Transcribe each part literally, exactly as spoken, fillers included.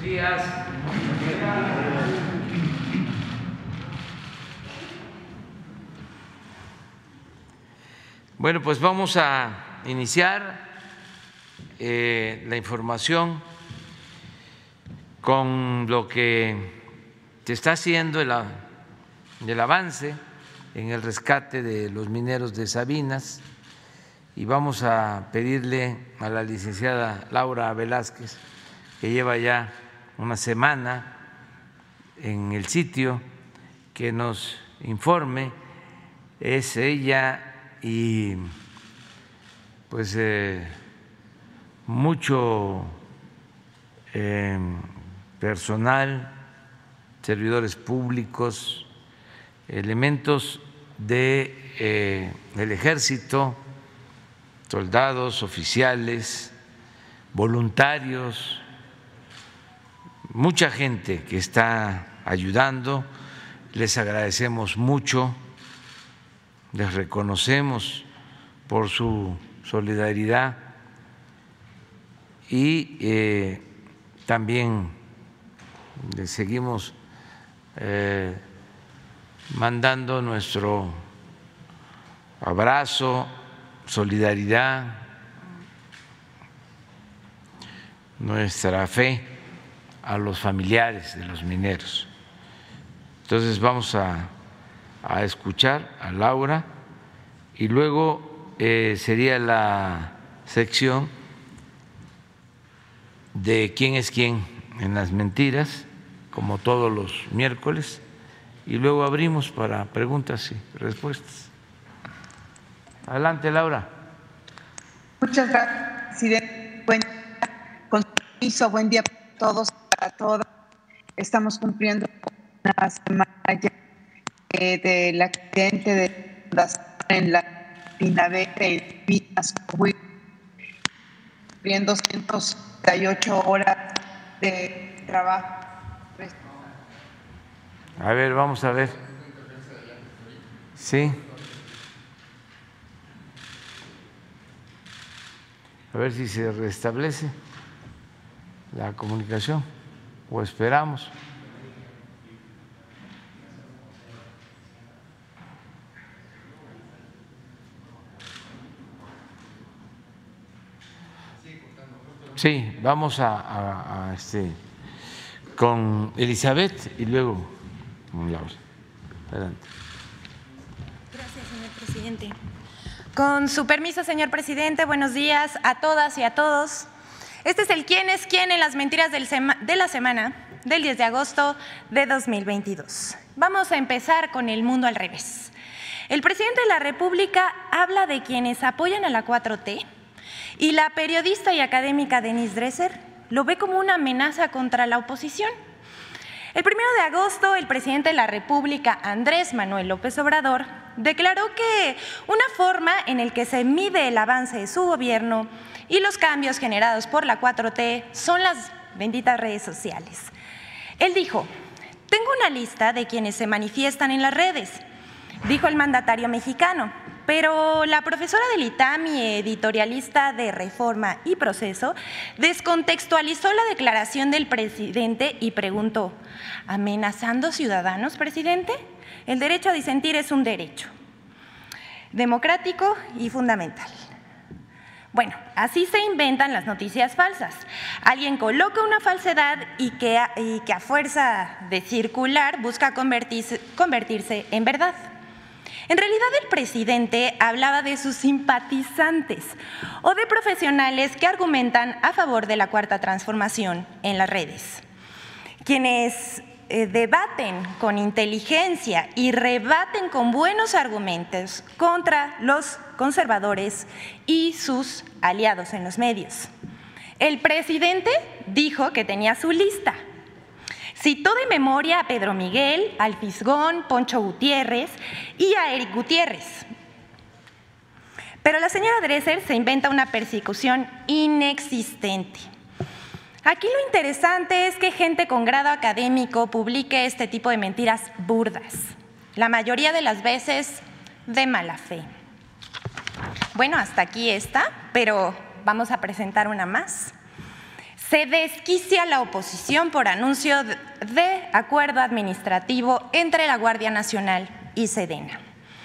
días. Bueno, pues vamos a iniciar eh, la información con lo que se está haciendo, el, el avance en el rescate de los mineros de Sabinas, y vamos a pedirle a la licenciada Laura Velázquez, que lleva ya una semana en el sitio, que nos informe. Es ella y pues eh, mucho eh, personal, servidores públicos, elementos de eh, del ejército, soldados, oficiales, voluntarios, mucha gente que está ayudando. Les agradecemos mucho, les reconocemos por su solidaridad y eh, también les seguimos eh, mandando nuestro abrazo, solidaridad, nuestra fe a los familiares de los mineros. Entonces vamos a, a escuchar a Laura y luego eh, sería la sección de quién es quién en las mentiras, como todos los miércoles, y luego abrimos para preguntas y respuestas. Adelante, Laura. Muchas gracias, presidente. Buen día, con su permiso, buen día para todos, para todas. Estamos cumpliendo una semana ya eh, del accidente de en la Pinavete y Pinas, cumpliendo ciento setenta y ocho horas de trabajo. A ver, vamos a ver. Sí. A ver si se restablece la comunicación o esperamos. Sí, vamos a, a, a este con Elizabeth y luego con Laura. Adelante. Gracias, señor presidente. Con su permiso, señor presidente, buenos días a todas y a todos. Este es el quién es quién en las mentiras del sema, de la semana del diez de agosto de dos mil veintidós. Vamos a empezar con el mundo al revés. El presidente de la República habla de quienes apoyan a la cuatro T y la periodista y académica Denise Dresser lo ve como una amenaza contra la oposición. El primero de agosto, el presidente de la República, Andrés Manuel López Obrador, declaró que una forma en la que se mide el avance de su gobierno y los cambios generados por la cuatro T son las benditas redes sociales. Él dijo: tengo una lista de quienes se manifiestan en las redes, dijo el mandatario mexicano, pero la profesora del I T A M y editorialista de Reforma y Proceso descontextualizó la declaración del presidente y preguntó: ¿amenazando ciudadanos, presidente? El derecho a disentir es un derecho democrático y fundamental. Bueno, así se inventan las noticias falsas. Alguien coloca una falsedad y que a, y que a fuerza de circular busca convertirse, convertirse en verdad. En realidad, el presidente hablaba de sus simpatizantes o de profesionales que argumentan a favor de la Cuarta Transformación en las redes, quienes eh, debaten con inteligencia y rebaten con buenos argumentos contra los conservadores y sus aliados en los medios. El presidente dijo que tenía su lista. Citó de memoria a Pedro Miguel, al Fisgón, Poncho Gutiérrez y a Eric Gutiérrez. Pero la señora Dresser se inventa una persecución inexistente. Aquí lo interesante es que gente con grado académico publique este tipo de mentiras burdas, la mayoría de las veces de mala fe. Bueno, hasta aquí está, pero vamos a presentar una más. Se desquicia la oposición por anuncio de acuerdo administrativo entre la Guardia Nacional y Sedena.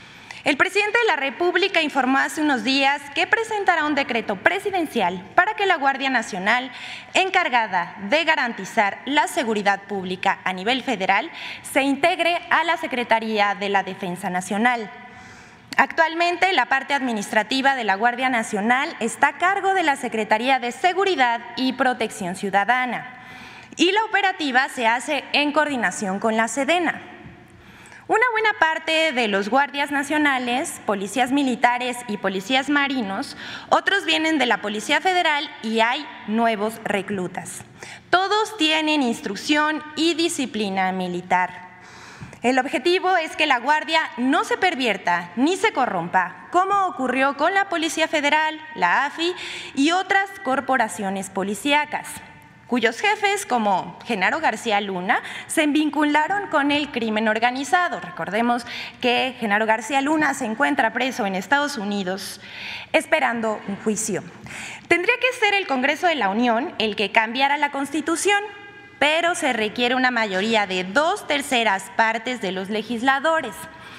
El presidente de la República informó hace unos días que presentará un decreto presidencial para que la Guardia Nacional, encargada de garantizar la seguridad pública a nivel federal, se integre a la Secretaría de la Defensa Nacional. Actualmente, la parte administrativa de la Guardia Nacional está a cargo de la Secretaría de Seguridad y Protección Ciudadana y la operativa se hace en coordinación con la Sedena. Una buena parte de los guardias nacionales, policías militares y policías marinos, otros vienen de la Policía Federal y hay nuevos reclutas. Todos tienen instrucción y disciplina militar. El objetivo es que la Guardia no se pervierta ni se corrompa, como ocurrió con la Policía Federal, la A F I y otras corporaciones policíacas, cuyos jefes, como Genaro García Luna, se vincularon con el crimen organizado. Recordemos que Genaro García Luna se encuentra preso en Estados Unidos esperando un juicio. Tendría que ser el Congreso de la Unión el que cambiara la Constitución, pero se requiere una mayoría de dos terceras partes de los legisladores.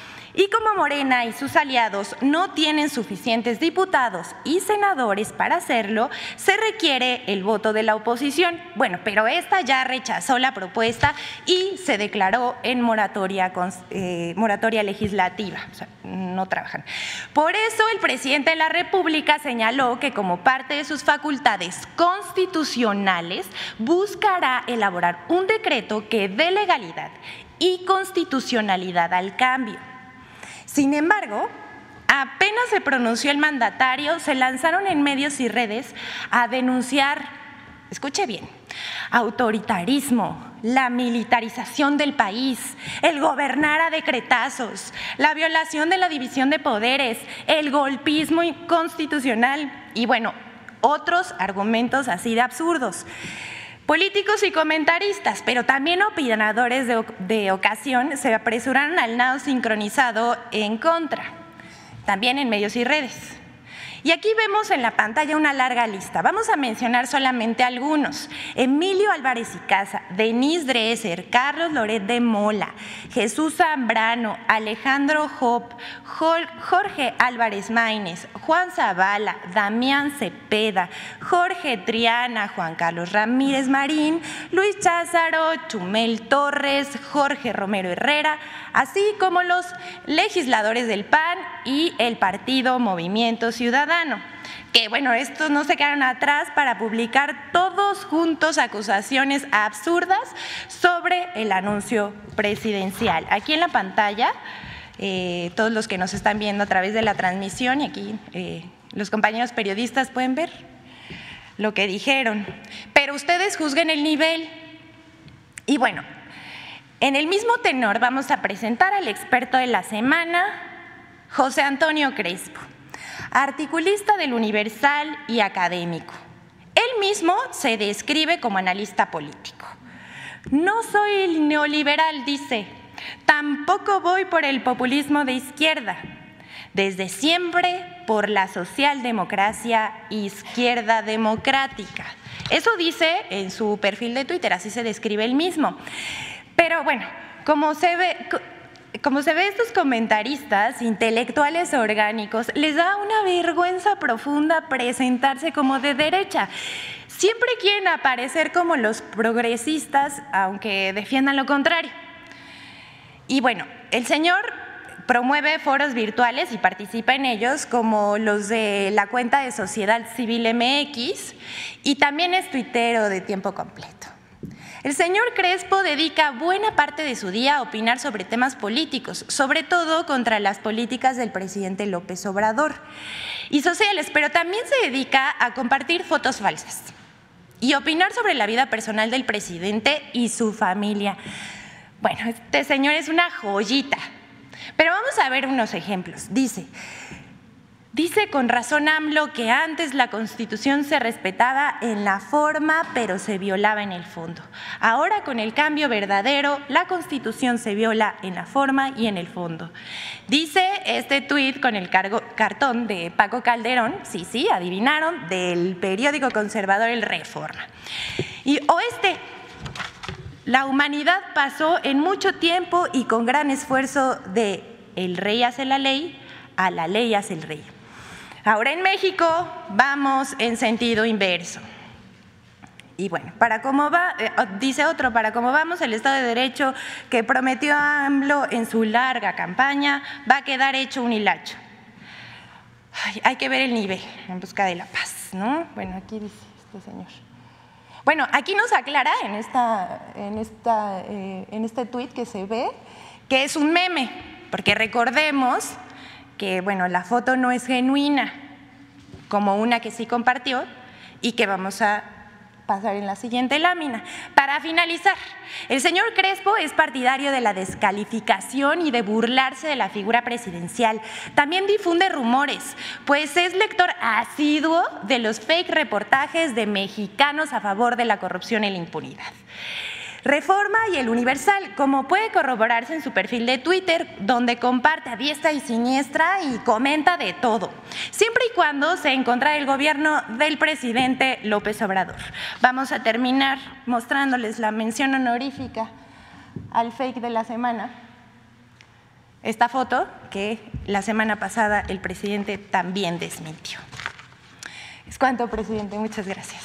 Y como Morena y sus aliados no tienen suficientes diputados y senadores para hacerlo, se requiere el voto de la oposición. Bueno, pero esta ya rechazó la propuesta y se declaró en moratoria, eh, moratoria legislativa. O sea, no trabajan. Por eso el presidente de la República señaló que como parte de sus facultades constitucionales buscará elaborar un decreto que dé legalidad y constitucionalidad al cambio. Sin embargo, apenas se pronunció el mandatario, se lanzaron en medios y redes a denunciar, escuche bien, autoritarismo, la militarización del país, el gobernar a decretazos, la violación de la división de poderes, el golpismo inconstitucional y, bueno, otros argumentos así de absurdos. Políticos y comentaristas, pero también opinadores de, de ocasión, se apresuraron al nado sincronizado en contra, también en medios y redes. Y aquí vemos en la pantalla una larga lista. Vamos a mencionar solamente algunos. Emilio Álvarez y Casa, Denise Dresser, Carlos Loret de Mola, Jesús Zambrano, Alejandro Hop, Jorge Álvarez Maínez, Juan Zavala, Damián Cepeda, Jorge Triana, Juan Carlos Ramírez Marín, Luis Cházaro, Chumel Torres, Jorge Romero Herrera, así como los legisladores del P A N y el Partido Movimiento Ciudadano, que bueno, estos no se quedaron atrás para publicar todos juntos acusaciones absurdas sobre el anuncio presidencial. Aquí en la pantalla, eh, todos los que nos están viendo a través de la transmisión y aquí eh, los compañeros periodistas pueden ver lo que dijeron, pero ustedes juzguen el nivel. Y bueno, en el mismo tenor vamos a presentar al experto de la semana, José Antonio Crespo, articulista del Universal y académico. Él mismo se describe como analista político. No soy neoliberal, dice, tampoco voy por el populismo de izquierda, desde siempre por la socialdemocracia izquierda democrática. Eso dice en su perfil de Twitter, así se describe él mismo. Pero bueno, como se ve, como se ve, estos comentaristas intelectuales orgánicos les da una vergüenza profunda presentarse como de derecha. Siempre quieren aparecer como los progresistas, aunque defiendan lo contrario. Y bueno, el señor promueve foros virtuales y participa en ellos, como los de la cuenta de Sociedad Civil M X, y también es tuitero de tiempo completo. El señor Crespo dedica buena parte de su día a opinar sobre temas políticos, sobre todo contra las políticas del presidente López Obrador y sociales, pero también se dedica a compartir fotos falsas y opinar sobre la vida personal del presidente y su familia. Bueno, este señor es una joyita, pero vamos a ver unos ejemplos. Dice, Dice con razón AMLO que antes la Constitución se respetaba en la forma, pero se violaba en el fondo. Ahora, con el cambio verdadero, la Constitución se viola en la forma y en el fondo. Dice este tuit con el cargo, cartón de Paco Calderón, sí, sí, adivinaron, del periódico conservador El Reforma. Y o este, la humanidad pasó en mucho tiempo y con gran esfuerzo de el rey hace la ley, a la ley hace el rey. Ahora en México vamos en sentido inverso. Y bueno, para cómo va, eh, dice otro, para cómo vamos, el Estado de Derecho que prometió AMLO en su larga campaña va a quedar hecho un hilacho. Ay, hay que ver el nivel en busca de la paz, ¿no? Bueno, aquí dice este señor. Bueno, aquí nos aclara en, esta, en, esta, eh, en este tuit que se ve que es un meme, porque recordemos que bueno, la foto no es genuina, como una que sí compartió y que vamos a pasar en la siguiente lámina. Para finalizar, el señor Crespo es partidario de la descalificación y de burlarse de la figura presidencial. También difunde rumores, pues es lector asiduo de los fake reportajes de mexicanos a favor de la corrupción y la impunidad. Reforma y El Universal, como puede corroborarse en su perfil de Twitter, donde comparte a diestra y siniestra y comenta de todo, siempre y cuando sea en contra del gobierno del presidente López Obrador. Vamos a terminar mostrándoles la mención honorífica al fake de la semana. Esta foto que la semana pasada el presidente también desmintió. Es cuanto, presidente. Muchas gracias.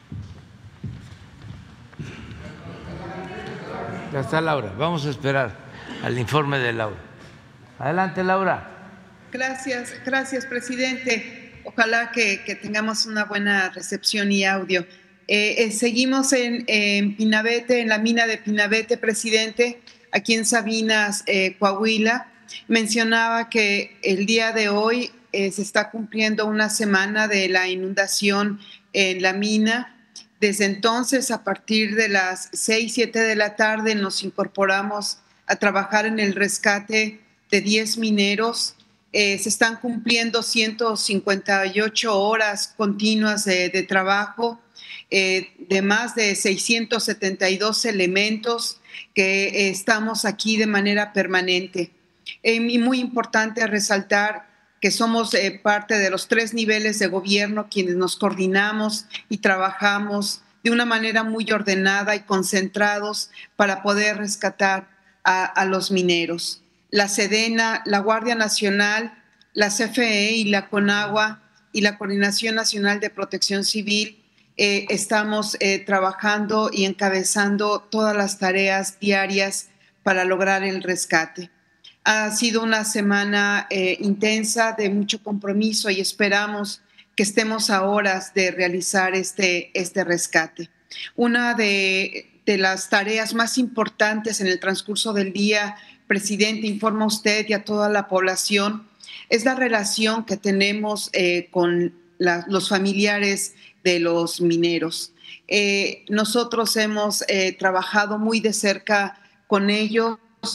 Ya está Laura, vamos a esperar al informe de Laura. Adelante, Laura. Gracias, gracias, presidente. Ojalá que, que tengamos una buena recepción y audio. Eh, eh, seguimos en, en Pinabete, en la mina de Pinabete, presidente, aquí en Sabinas, eh, Coahuila. Mencionaba que el día de hoy eh, se está cumpliendo una semana de la inundación en la mina. Desde entonces, a partir de las seis, siete de la tarde, nos incorporamos a trabajar en el rescate de diez mineros. Eh, se están cumpliendo ciento cincuenta y ocho horas continuas de, de trabajo, eh, de más de seiscientos setenta y dos elementos que eh, estamos aquí de manera permanente. Eh, y muy importante resaltar que somos eh, parte de los tres niveles de gobierno quienes nos coordinamos y trabajamos de una manera muy ordenada y concentrados para poder rescatar a, a los mineros. La Sedena, la Guardia Nacional, la C F E y la CONAGUA y la Coordinación Nacional de Protección Civil eh, estamos eh, trabajando y encabezando todas las tareas diarias para lograr el rescate. Ha sido una semana eh, intensa, de mucho compromiso y esperamos que estemos a horas de realizar este, este rescate. Una de, de las tareas más importantes en el transcurso del día, presidente, informa a usted y a toda la población, es la relación que tenemos eh, con la, los familiares de los mineros. Eh, nosotros hemos eh, trabajado muy de cerca con ellos.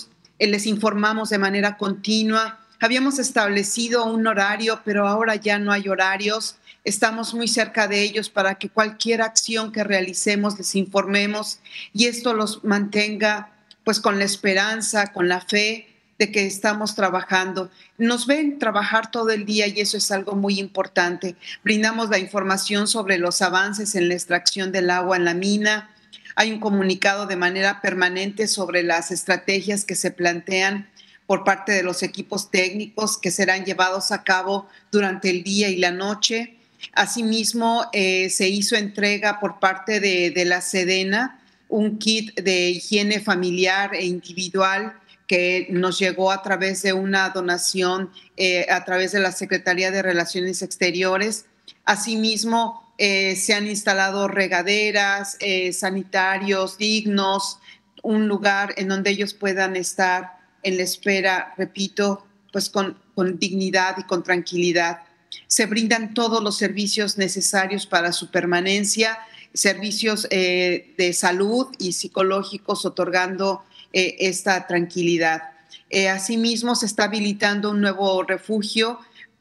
Les informamos de manera continua. Habíamos establecido un horario, pero ahora ya no hay horarios. Estamos muy cerca de ellos para que cualquier acción que realicemos les informemos y esto los mantenga pues con la esperanza, con la fe de que estamos trabajando. Nos ven trabajar todo el día y eso es algo muy importante. Brindamos la información sobre los avances en la extracción del agua en la mina. Hay un comunicado de manera permanente sobre las estrategias que se plantean por parte de los equipos técnicos que serán llevados a cabo durante el día y la noche. Asimismo, eh, se hizo entrega por parte de, de la Sedena un kit de higiene familiar e individual que nos llegó a través de una donación eh, a través de la Secretaría de Relaciones Exteriores. Asimismo, Eh, se han instalado regaderas, eh, sanitarios dignos, un lugar en donde ellos puedan estar en la espera, repito, pues con, con dignidad y con tranquilidad. Se brindan todos los servicios necesarios para su permanencia, servicios eh, de salud y psicológicos, otorgando eh, esta tranquilidad. Eh, asimismo, se está habilitando un nuevo refugio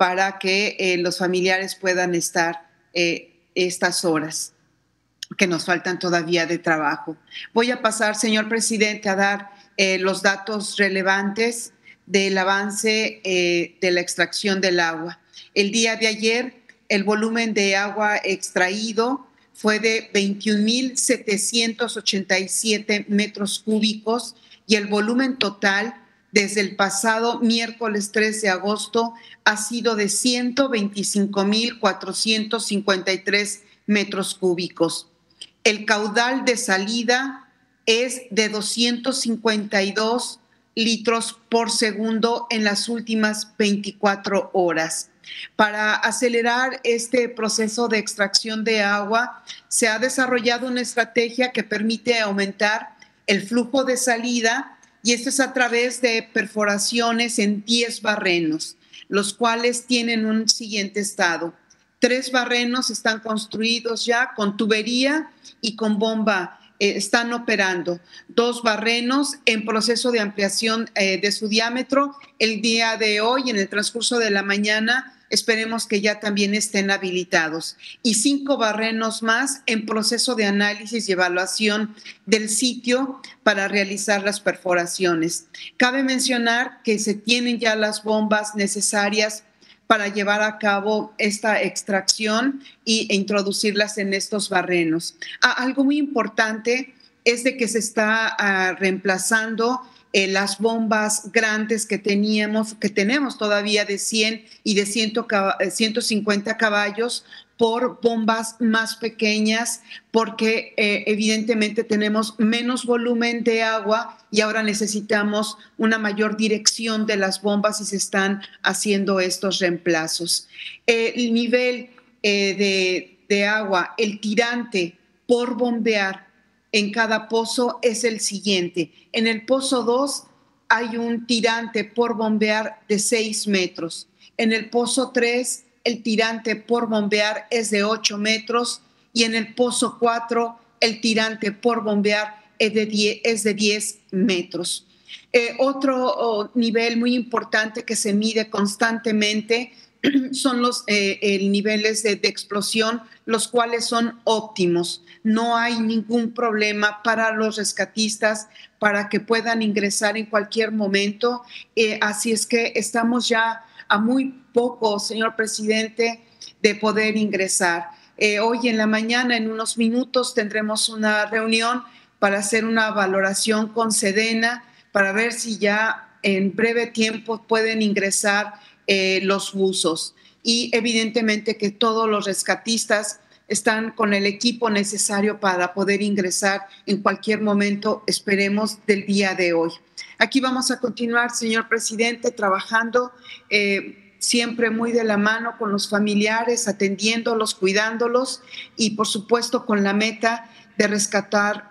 para que eh, los familiares puedan estar eh, estas horas que nos faltan todavía de trabajo. Voy a pasar, señor presidente, a dar eh, los datos relevantes del avance eh, de la extracción del agua. El día de ayer, el volumen de agua extraído fue de veintiún mil setecientos ochenta y siete metros cúbicos y el volumen total desde el pasado miércoles tres de agosto ha sido de ciento veinticinco mil cuatrocientos cincuenta y tres metros cúbicos. El caudal de salida es de doscientos cincuenta y dos litros por segundo en las últimas veinticuatro horas. Para acelerar este proceso de extracción de agua, se ha desarrollado una estrategia que permite aumentar el flujo de salida, y esto es a través de perforaciones en diez barrenos, los cuales tienen un siguiente estado. Tres barrenos están construidos ya con tubería y con bomba, eh, están operando. Dos barrenos en proceso de ampliación eh, de su diámetro. El día de hoy, en el transcurso de la mañana, esperemos que ya también estén habilitados. Y cinco barrenos más en proceso de análisis y evaluación del sitio para realizar las perforaciones. Cabe mencionar que se tienen ya las bombas necesarias para llevar a cabo esta extracción y, e introducirlas en estos barrenos. Ah, algo muy importante es de que se está uh, reemplazando Eh, las bombas grandes que teníamos, que tenemos todavía de cien y de ciento cincuenta caballos por bombas más pequeñas, porque eh, evidentemente tenemos menos volumen de agua y ahora necesitamos una mayor dirección de las bombas y se están haciendo estos reemplazos. Eh, el nivel eh, de, de agua, el tirante por bombear en cada pozo es el siguiente. En el pozo dos hay un tirante por bombear de seis metros. En el pozo tres el tirante por bombear es de ocho metros y en el pozo cuatro el tirante por bombear es de diez, es de diez metros. Eh, otro oh, nivel muy importante que se mide constantemente son los eh, eh, niveles de, de explosión, los cuales son óptimos. No hay ningún problema para los rescatistas para que puedan ingresar en cualquier momento. Eh, así es que estamos ya a muy poco, señor presidente, de poder ingresar. Eh, hoy en la mañana, en unos minutos, tendremos una reunión para hacer una valoración con Sedena para ver si ya en breve tiempo pueden ingresar eh, los buzos. Y evidentemente que todos los rescatistas están con el equipo necesario para poder ingresar en cualquier momento, esperemos, del día de hoy. Aquí vamos a continuar, señor presidente, trabajando eh, siempre muy de la mano con los familiares, atendiéndolos, cuidándolos y, por supuesto, con la meta de rescatar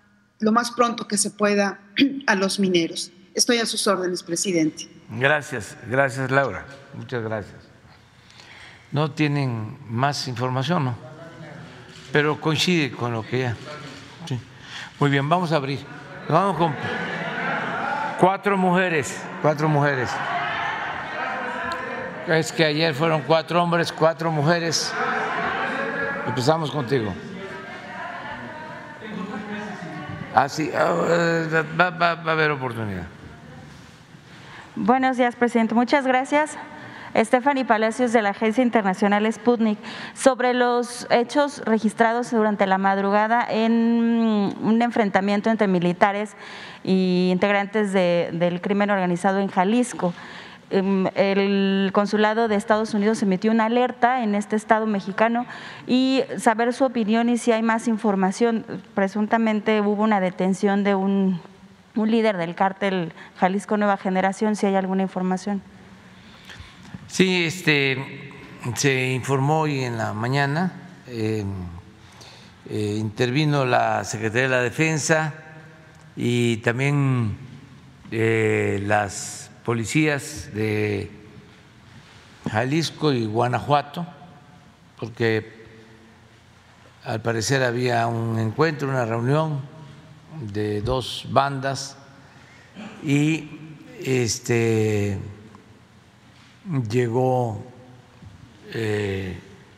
lo más pronto que se pueda a los mineros. Estoy a sus órdenes, presidente. Gracias, gracias, Laura. Muchas gracias. ¿No tienen más información, no? Pero coincide con lo que ya. Sí. Muy bien, vamos a abrir. Vamos con cuatro mujeres, cuatro mujeres. Es que ayer fueron cuatro hombres, cuatro mujeres. Empezamos contigo. Ah, sí, va, va, va a haber oportunidad. Buenos días, presidente. Muchas gracias. Stephanie Palacios, de la Agencia Internacional Sputnik. Sobre los hechos registrados durante la madrugada en un enfrentamiento entre militares y integrantes de, del crimen organizado en Jalisco. El consulado de Estados Unidos emitió una alerta en este estado mexicano y saber su opinión y si hay más información. Presuntamente hubo una detención de un, un líder del cártel Jalisco Nueva Generación, si hay alguna información. Sí, este, se informó hoy en la mañana, eh, eh, intervino la Secretaría de la Defensa y también eh, las policías de Jalisco y Guanajuato, porque al parecer había un encuentro, una reunión de dos bandas y este llegó eh,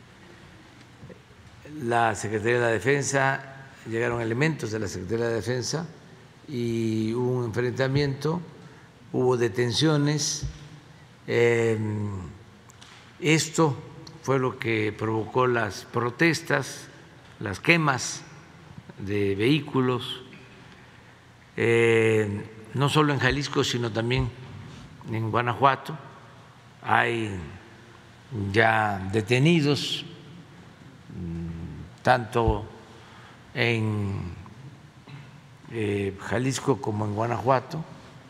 la Secretaría de la Defensa, llegaron elementos de la Secretaría de la Defensa y hubo un enfrentamiento, hubo detenciones. Eh, esto fue lo que provocó las protestas, las quemas de vehículos, eh, no solo en Jalisco, sino también en Guanajuato. Hay ya detenidos, tanto en eh, Jalisco como en Guanajuato,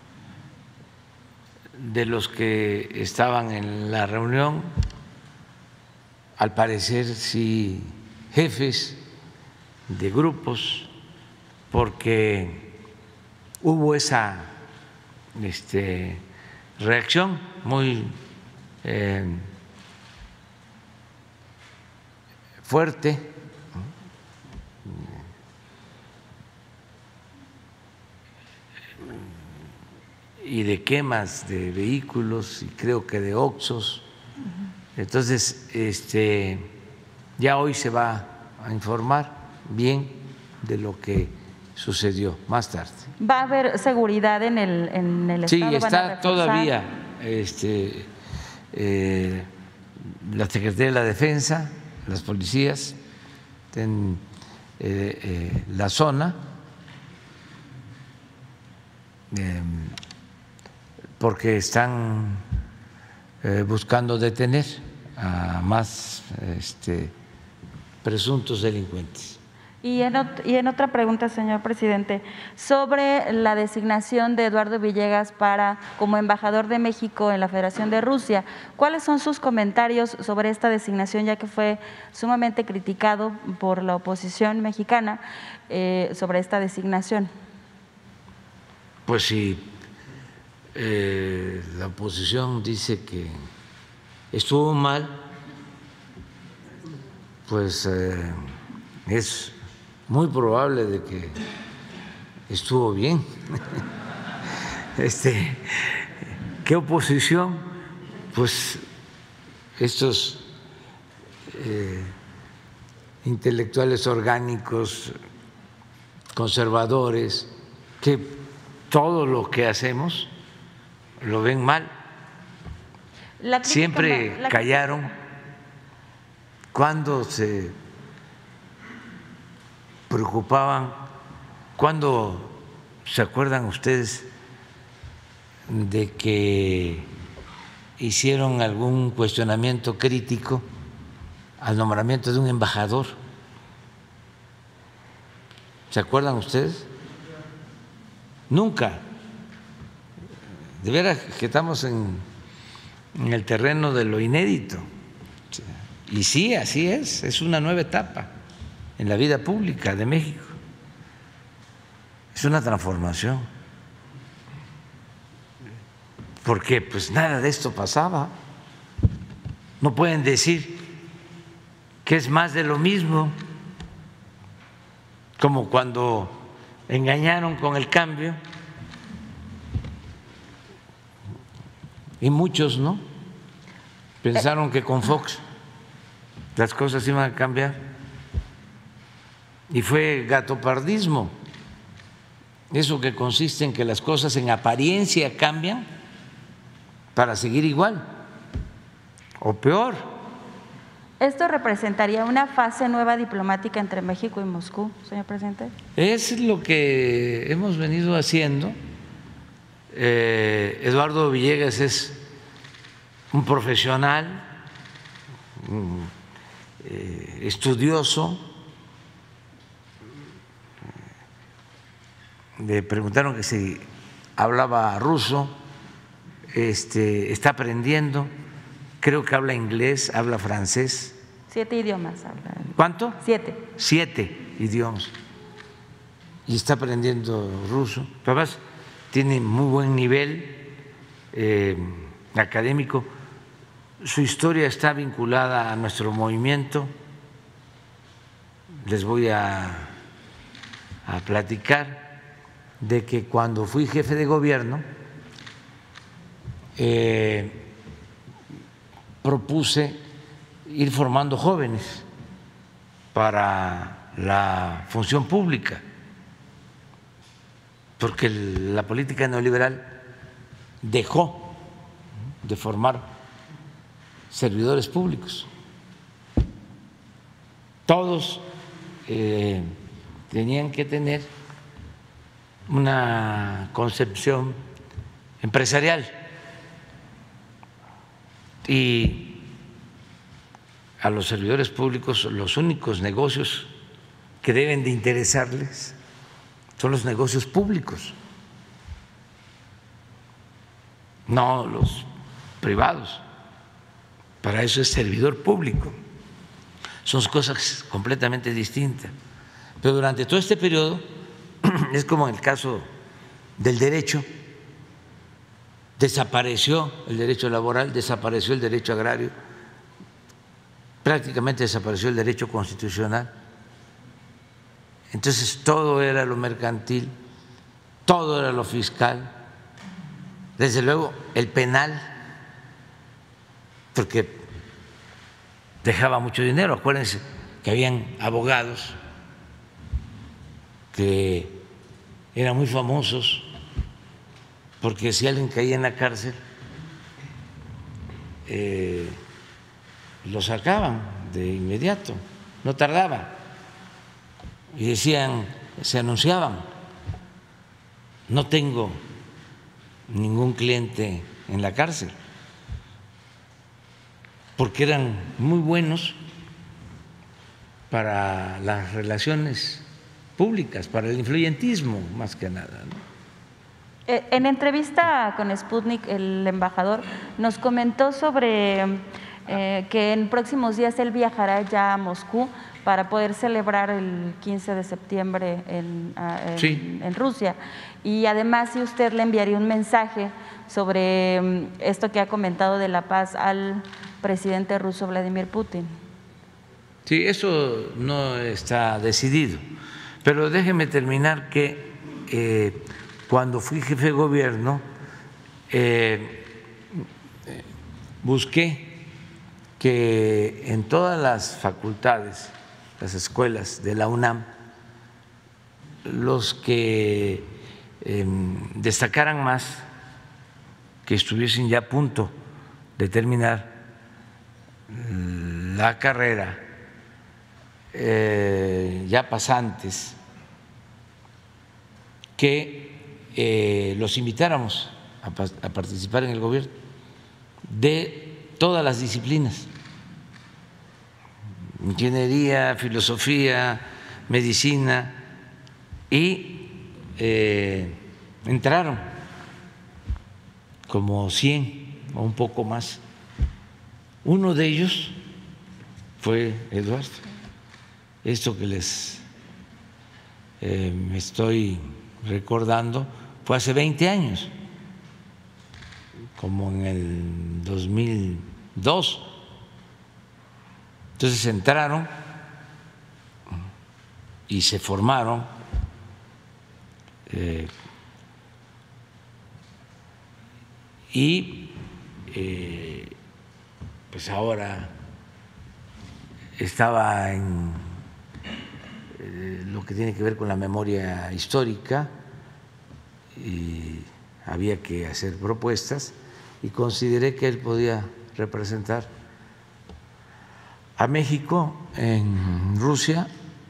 de los que estaban en la reunión, al parecer sí jefes de grupos, porque hubo esa este, reacción muy eh, fuerte. Y de quemas de vehículos y creo que de oxxos. Entonces, este, ya hoy se va a informar bien de lo que sucedió más tarde. ¿Va a haber seguridad en el, en el sí, estado? Sí, está ¿Van a todavía este, eh, la Secretaría de la Defensa, las policías en eh, eh, la zona, eh, porque están eh, buscando detener a más este, presuntos delincuentes. Y en, ot y en otra pregunta, señor presidente, sobre la designación de Eduardo Villegas para como embajador de México en la Federación de Rusia, ¿cuáles son sus comentarios sobre esta designación, ya que fue sumamente criticado por la oposición mexicana eh, sobre esta designación? Pues sí. Eh, la oposición dice que estuvo mal, pues eh, es muy probable de que estuvo bien. Este, ¿qué oposición? Pues estos eh, intelectuales orgánicos, conservadores, que todo lo que hacemos lo ven mal. La Siempre la callaron cuando se preocupaban, cuando se acuerdan ustedes de que hicieron algún cuestionamiento crítico al nombramiento de un embajador. ¿Se acuerdan ustedes? Nunca. De veras que estamos en, en el terreno de lo inédito. Y sí, así es, es una nueva etapa en la vida pública de México. Es una transformación. Porque pues nada de esto pasaba. No pueden decir que es más de lo mismo, como cuando engañaron con el cambio. Y muchos, ¿no? Pensaron que con Fox las cosas iban a cambiar. Y fue gatopardismo. Eso que consiste en que las cosas en apariencia cambian para seguir igual o peor. ¿Esto representaría una fase nueva diplomática entre México y Moscú, señor presidente? Es lo que hemos venido haciendo. Eh, Eduardo Villegas es un profesional, un, eh, estudioso. Le preguntaron que si hablaba ruso, este, está aprendiendo, creo que habla inglés, habla francés. Siete idiomas habla. ¿Cuánto? Siete. Siete idiomas. Y está aprendiendo ruso. Además, tiene muy buen nivel eh, académico. Su historia está vinculada a nuestro movimiento. Les voy a, a platicar de que cuando fui jefe de gobierno eh, propuse ir formando jóvenes para la función pública, porque la política neoliberal dejó de formar servidores públicos. Todos eh, tenían que tener una concepción empresarial y a los servidores públicos los únicos negocios que deben de interesarles son los negocios públicos, no los privados. Para eso es servidor público. Son cosas completamente distintas. Pero durante todo este periodo, es como en el caso del derecho, desapareció el derecho laboral, desapareció el derecho agrario, prácticamente desapareció el derecho constitucional. Entonces todo era lo mercantil, todo era lo fiscal, desde luego el penal, porque dejaba mucho dinero. Acuérdense que habían abogados que eran muy famosos porque si alguien caía en la cárcel eh, lo sacaban de inmediato, no tardaba, y decían, se anunciaban: no tengo ningún cliente en la cárcel, porque eran muy buenos para las relaciones públicas, para el influyentismo más que nada, ¿no? En entrevista con Sputnik, el embajador nos comentó sobre eh, que en próximos días él viajará ya a Moscú para poder celebrar el quince de septiembre en, en, sí. en Rusia. Y además, si usted le enviaría un mensaje sobre esto que ha comentado de la paz al presidente ruso Vladimir Putin. Sí, eso no está decidido, pero déjeme terminar que eh, cuando fui jefe de gobierno eh, busqué que en todas las facultades, las escuelas de la UNAM, los que eh, destacaran más, que estuviesen ya a punto de terminar la carrera, eh, ya pasantes, que eh, los invitáramos a, a participar en el gobierno de todas las disciplinas: ingeniería, filosofía, medicina, y eh, entraron como cien o un poco más. Uno de ellos fue Eduardo. Esto que les eh, me estoy recordando fue hace veinte años, como en el dos mil dos. Entonces entraron y se formaron eh, y eh, pues ahora estaba en eh, lo que tiene que ver con la memoria histórica y había que hacer propuestas, y consideré que él podía representar a México en Rusia.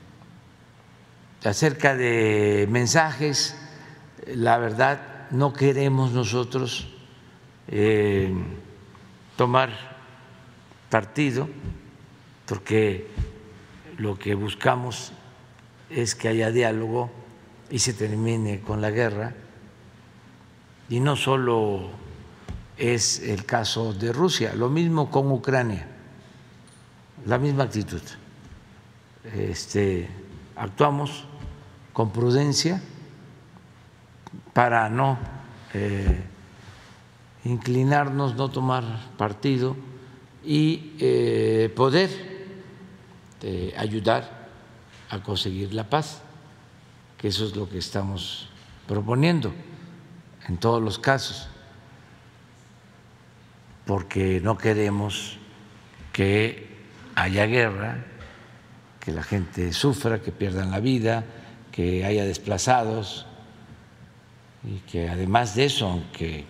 Acerca de mensajes, la verdad no queremos nosotros eh, tomar partido, porque lo que buscamos es que haya diálogo y se termine con la guerra. Y no solo es el caso de Rusia, lo mismo con Ucrania, la misma actitud. Este, actuamos con prudencia para no eh, inclinarnos, no tomar partido y eh, poder eh, ayudar a conseguir la paz, que eso es lo que estamos proponiendo en todos los casos, porque no queremos que haya guerra, que la gente sufra, que pierdan la vida, que haya desplazados y que además de eso, aunque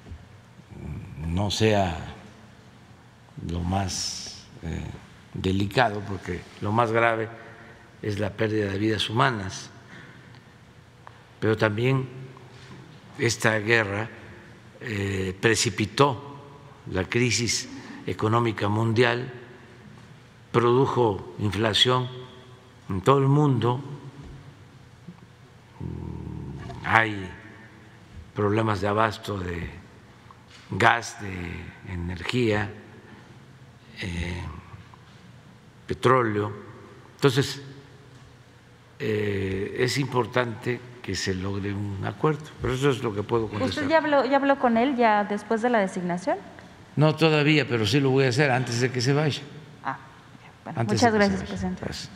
no sea lo más eh, delicado, porque lo más grave es la pérdida de vidas humanas, pero también esta guerra eh, precipitó la crisis económica mundial, produjo inflación en todo el mundo, hay problemas de abasto de gas, de energía, eh, petróleo. Entonces, eh, es importante que se logre un acuerdo, pero eso es lo que puedo contestar. ¿Usted ya habló, ya habló con él ya después de la designación? No todavía, pero sí lo voy a hacer antes de que se vaya. Ah, bueno, muchas gracias, presidente. Gracias.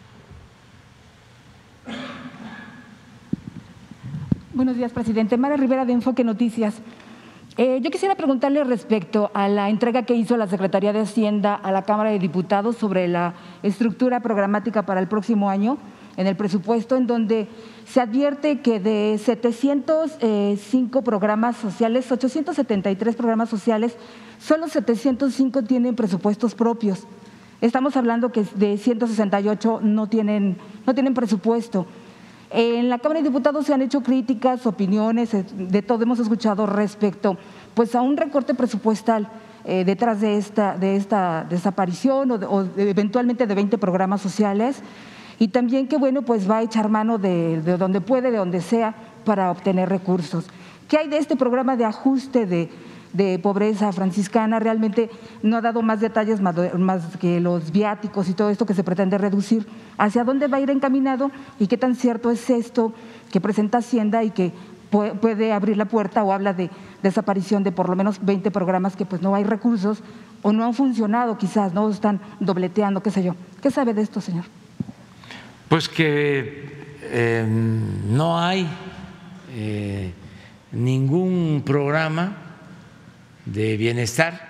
Buenos días, presidente. Mara Rivera, de Enfoque Noticias. Eh, yo quisiera preguntarle respecto a la entrega que hizo la Secretaría de Hacienda a la Cámara de Diputados sobre la estructura programática para el próximo año en el presupuesto, en donde se advierte que de setecientos cinco programas sociales, ochocientos setenta y tres programas sociales, solo setecientos cinco tienen presupuestos propios. Estamos hablando que de ciento sesenta y ocho no tienen, no tienen presupuesto. En la Cámara de Diputados se han hecho críticas, opiniones, de todo hemos escuchado respecto pues, a un recorte presupuestal eh, detrás de esta, de esta desaparición o, de, o de, eventualmente de veinte programas sociales, y también que bueno, pues va a echar mano de, de donde puede, de donde sea, para obtener recursos. ¿Qué hay de este programa de ajuste de, de pobreza franciscana? Realmente no ha dado más detalles más, más que los viáticos y todo esto que se pretende reducir. ¿Hacia dónde va a ir encaminado y qué tan cierto es esto que presenta Hacienda y que puede abrir la puerta o habla de desaparición de por lo menos veinte programas que pues no hay recursos o no han funcionado quizás, no están dobleteando, qué sé yo? ¿Qué sabe de esto, señor? Pues que eh, no hay eh, ningún programa de bienestar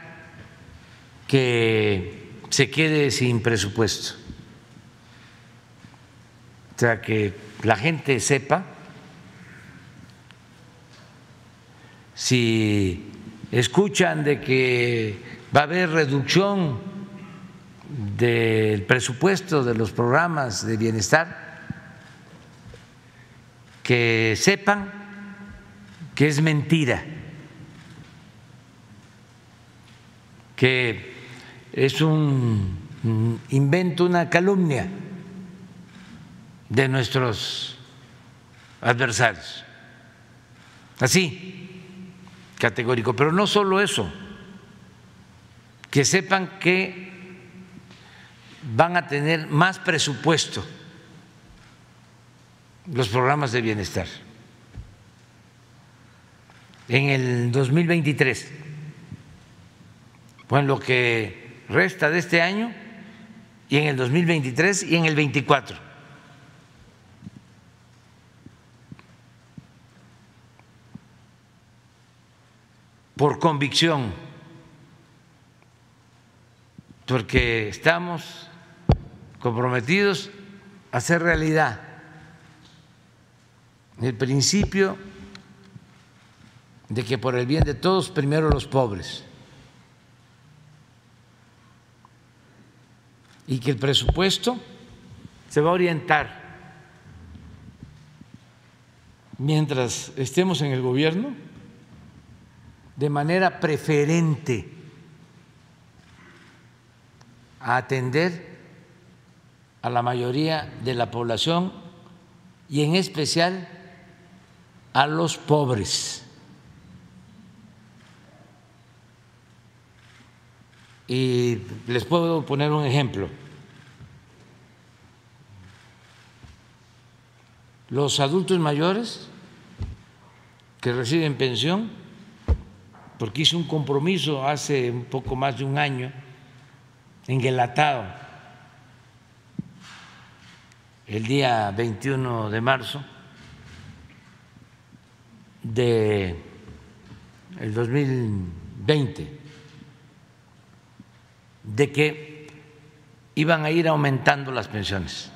que se quede sin presupuesto. O sea, que la gente sepa si escuchan de que va a haber reducción del presupuesto de los programas de bienestar, que sepan que es mentira, que es un invento, una calumnia de nuestros adversarios. Así, categórico. Pero no solo eso, que sepan que van a tener más presupuesto los programas de bienestar en el dos mil veintitrés, o en lo que resta de este año, y en el dos mil veintitrés y en el veinticuatro. Por convicción, porque estamos comprometidos a hacer realidad el principio de que por el bien de todos, primero los pobres, y que el presupuesto se va a orientar, mientras estemos en el gobierno, de manera preferente a atender a la mayoría de la población y en especial a los pobres. Y les puedo poner un ejemplo. Los adultos mayores que reciben pensión, porque hice un compromiso hace un poco más de un año en Guelatao, el día veintiuno de marzo de el dos mil veinte, de que iban a ir aumentando las pensiones.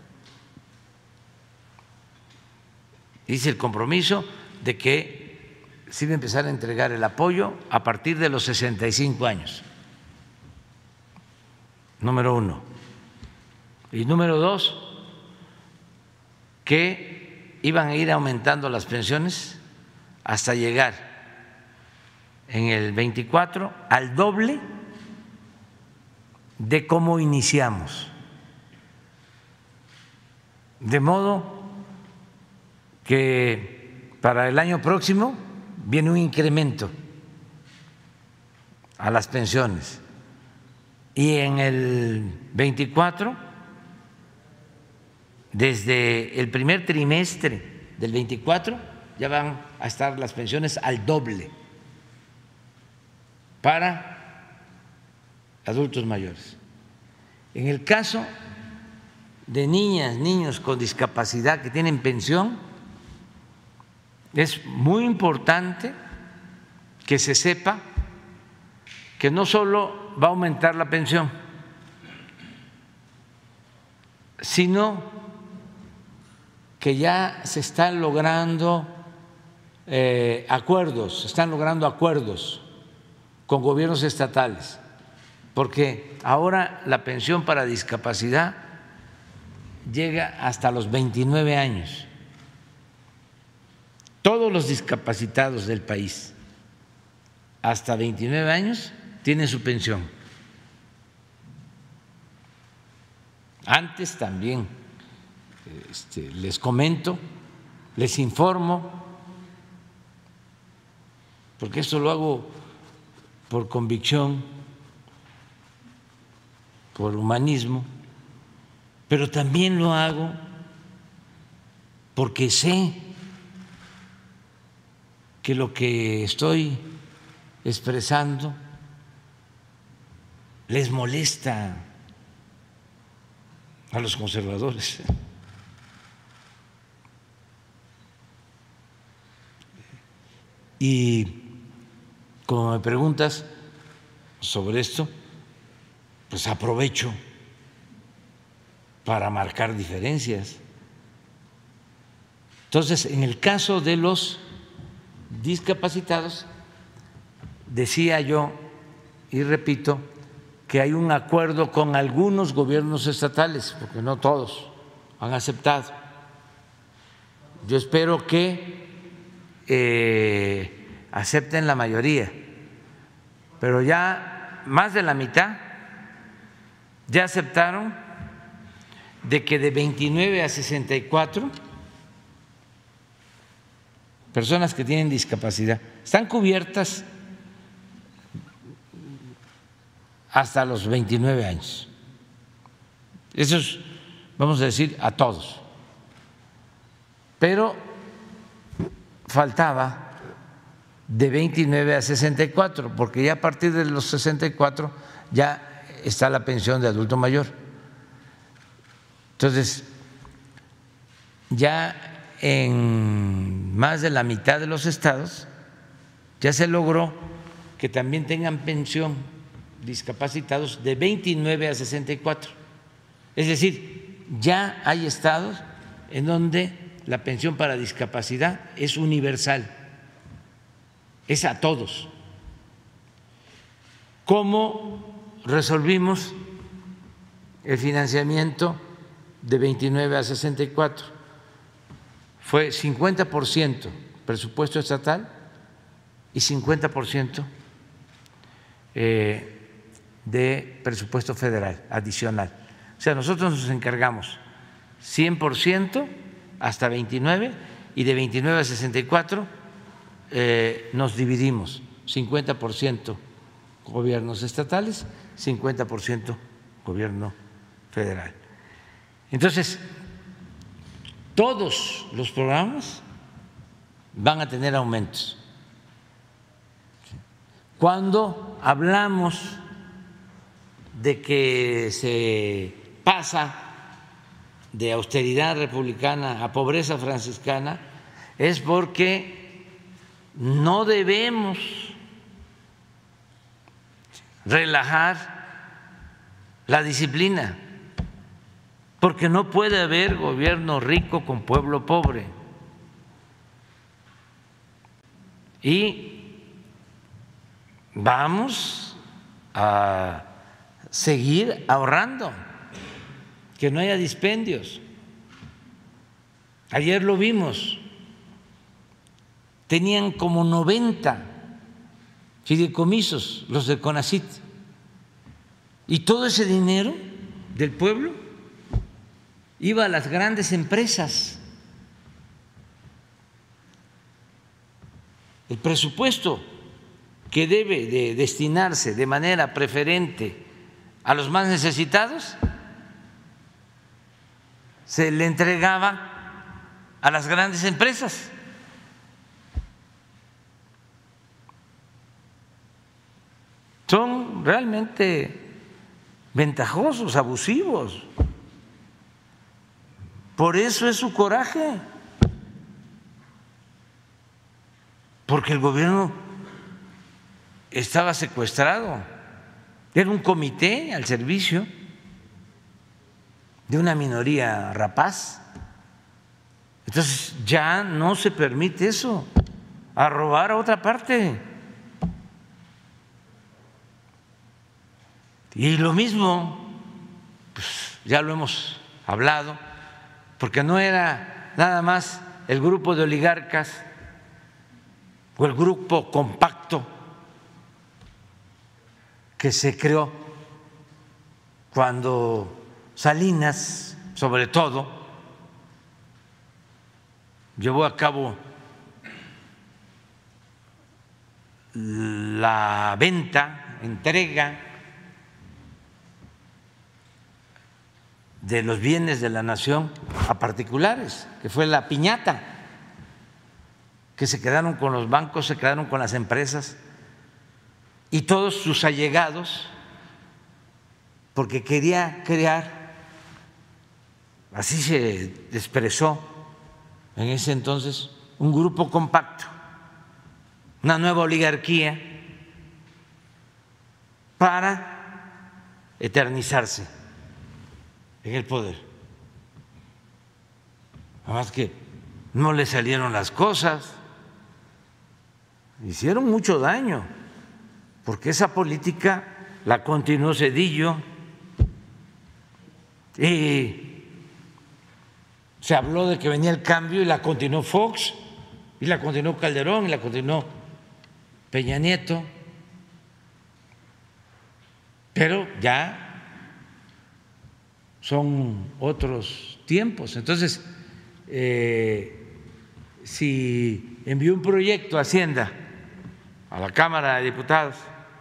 Hice el compromiso de que se iba a empezar a entregar el apoyo a partir de los sesenta y cinco años, número uno. Y número dos, que iban a ir aumentando las pensiones hasta llegar en el veinticuatro al doble de cómo iniciamos. De modo que para el año próximo viene un incremento a las pensiones y en el veinticuatro, desde el primer trimestre del veinticuatro, ya van a estar las pensiones al doble para adultos mayores. En el caso de niñas, niños con discapacidad que tienen pensión, es muy importante que se sepa que no solo va a aumentar la pensión, sino que ya se están logrando eh, acuerdos, se están logrando acuerdos con gobiernos estatales, porque ahora la pensión para discapacidad llega hasta los veintinueve años. Todos los discapacitados del país hasta veintinueve años tienen su pensión. Antes también, este, les comento, les informo, porque esto lo hago por convicción, por humanismo, pero también lo hago porque sé que lo que estoy expresando les molesta a los conservadores. Y como me preguntas sobre esto, pues aprovecho para marcar diferencias. Entonces, en el caso de los discapacitados, decía yo y repito que hay un acuerdo con algunos gobiernos estatales, porque no todos han aceptado. Yo espero que eh, acepten la mayoría, pero ya más de la mitad ya aceptaron de que de veintinueve a sesenta y cuatro personas que tienen discapacidad están cubiertas hasta los veintinueve años. Eso es, vamos a decir, a todos. Pero faltaba de veintinueve a sesenta y cuatro, porque ya a partir de los sesenta y cuatro ya está la pensión de adulto mayor. Entonces, ya en más de la mitad de los estados ya se logró que también tengan pensión discapacitados de veintinueve a sesenta y cuatro. Es decir, ya hay estados en donde la pensión para discapacidad es universal, es a todos. ¿Cómo resolvimos el financiamiento de veintinueve a sesenta y cuatro? Fue cincuenta por ciento presupuesto estatal y cincuenta por ciento eh, de presupuesto federal adicional. O sea, nosotros nos encargamos cien por ciento hasta veintinueve y de veintinueve a sesenta y cuatro eh, nos dividimos cincuenta por ciento gobiernos estatales, cincuenta por ciento gobierno federal. Entonces, todos los programas van a tener aumentos. Cuando hablamos de que se pasa de austeridad republicana a pobreza franciscana, es porque no debemos relajar la disciplina, porque no puede haber gobierno rico con pueblo pobre. Y vamos a seguir ahorrando, que no haya dispendios. Ayer lo vimos, tenían como noventa fideicomisos los de CONACYT, y todo ese dinero del pueblo iba a las grandes empresas. El presupuesto que debe de destinarse de manera preferente a los más necesitados se le entregaba a las grandes empresas. Son realmente ventajosos, abusivos. Por eso es su coraje, porque el gobierno estaba secuestrado, era un comité al servicio de una minoría rapaz. Entonces ya no se permite eso, a robar a otra parte. Y lo mismo, pues ya lo hemos hablado, porque no era nada más el grupo de oligarcas o el grupo compacto que se creó cuando Salinas, sobre todo, llevó a cabo la venta, entrega de los bienes de la nación a particulares, que fue la piñata, que se quedaron con los bancos, se quedaron con las empresas y todos sus allegados, porque quería crear, así se expresó en ese entonces, un grupo compacto, una nueva oligarquía para eternizarse en el poder. Además que no le salieron las cosas, hicieron mucho daño, porque esa política la continuó Zedillo y se habló de que venía el cambio y la continuó Fox y la continuó Calderón y la continuó Peña Nieto, pero ya son otros tiempos. Entonces, eh, si envió un proyecto a Hacienda, a la Cámara de Diputados,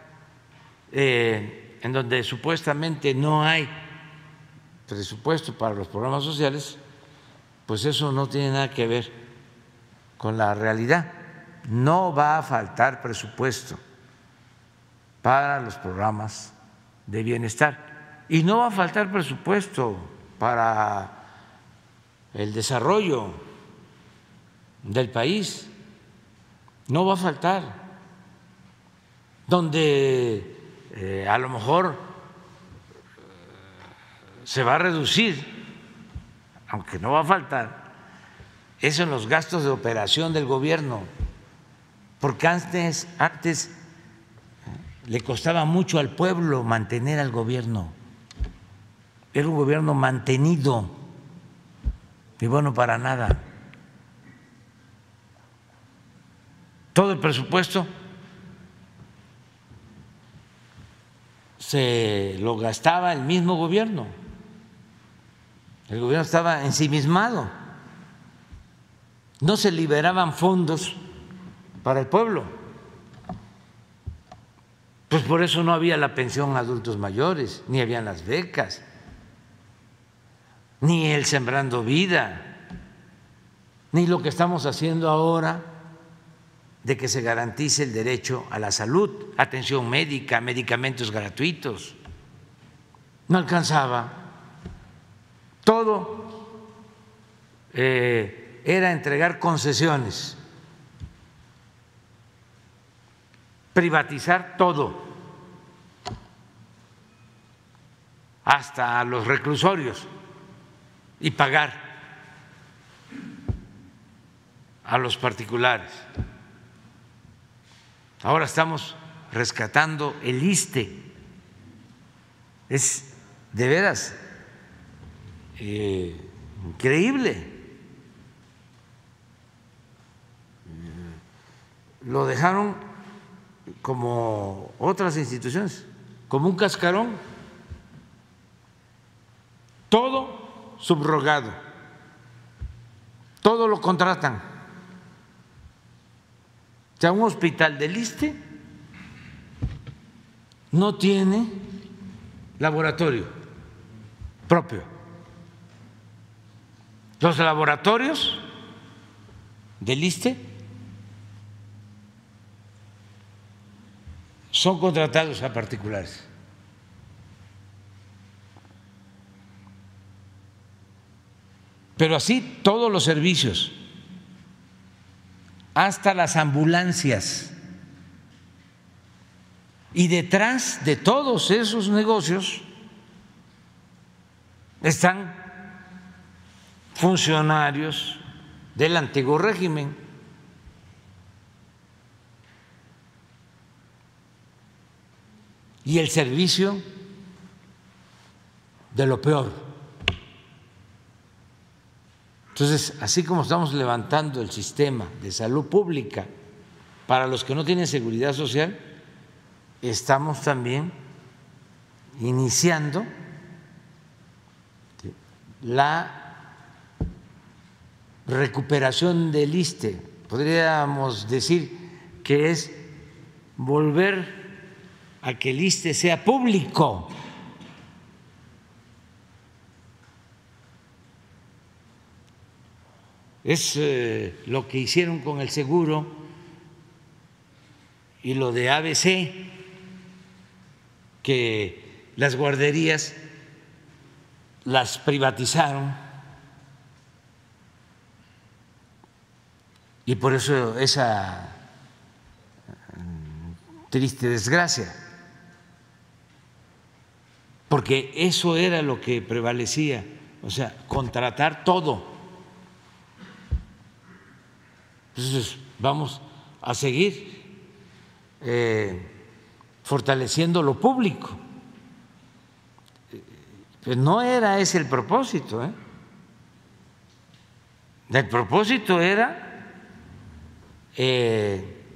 eh, en donde supuestamente no hay presupuesto para los programas sociales, pues eso no tiene nada que ver con la realidad. No va a faltar presupuesto para los programas de bienestar y no va a faltar presupuesto para el desarrollo del país, no va a faltar. Donde eh, a lo mejor se va a reducir, aunque no va a faltar, es en los gastos de operación del gobierno, porque antes, antes le costaba mucho al pueblo mantener al gobierno, era un gobierno mantenido y bueno para nada. Todo el presupuesto se lo gastaba el mismo gobierno, el gobierno estaba ensimismado, no se liberaban fondos para el pueblo, pues por eso no había la pensión a adultos mayores, ni habían las becas, ni el Sembrando Vida, ni lo que estamos haciendo ahora de que se garantice el derecho a la salud, atención médica, medicamentos gratuitos. No alcanzaba. Todo eh, era entregar concesiones, privatizar todo. hasta los reclusorios y pagar a los particulares. Ahora estamos rescatando el ISSSTE. Es de veras eh, increíble. Lo dejaron como otras instituciones, como un cascarón, todo subrogado, todo lo contratan. O sea, un hospital del ISSSTE no tiene laboratorio propio. Los laboratorios del ISSSTE son contratados a particulares. Pero así todos los servicios, hasta las ambulancias. Y detrás de todos esos negocios están funcionarios del antiguo régimen. Y el servicio de lo peor. Entonces, así como estamos levantando el sistema de salud pública para los que no tienen seguridad social, estamos también iniciando la recuperación del ISSSTE. Podríamos decir que es volver a que el ISSSTE sea público. Es eh, lo que hicieron con el seguro y lo de A B C, que las guarderías las privatizaron y por eso esa triste desgracia. Porque eso era lo que prevalecía, o sea, contratar todo. Entonces, vamos a seguir eh, fortaleciendo lo público. Pero no era ese el propósito, ¿eh? El propósito era eh,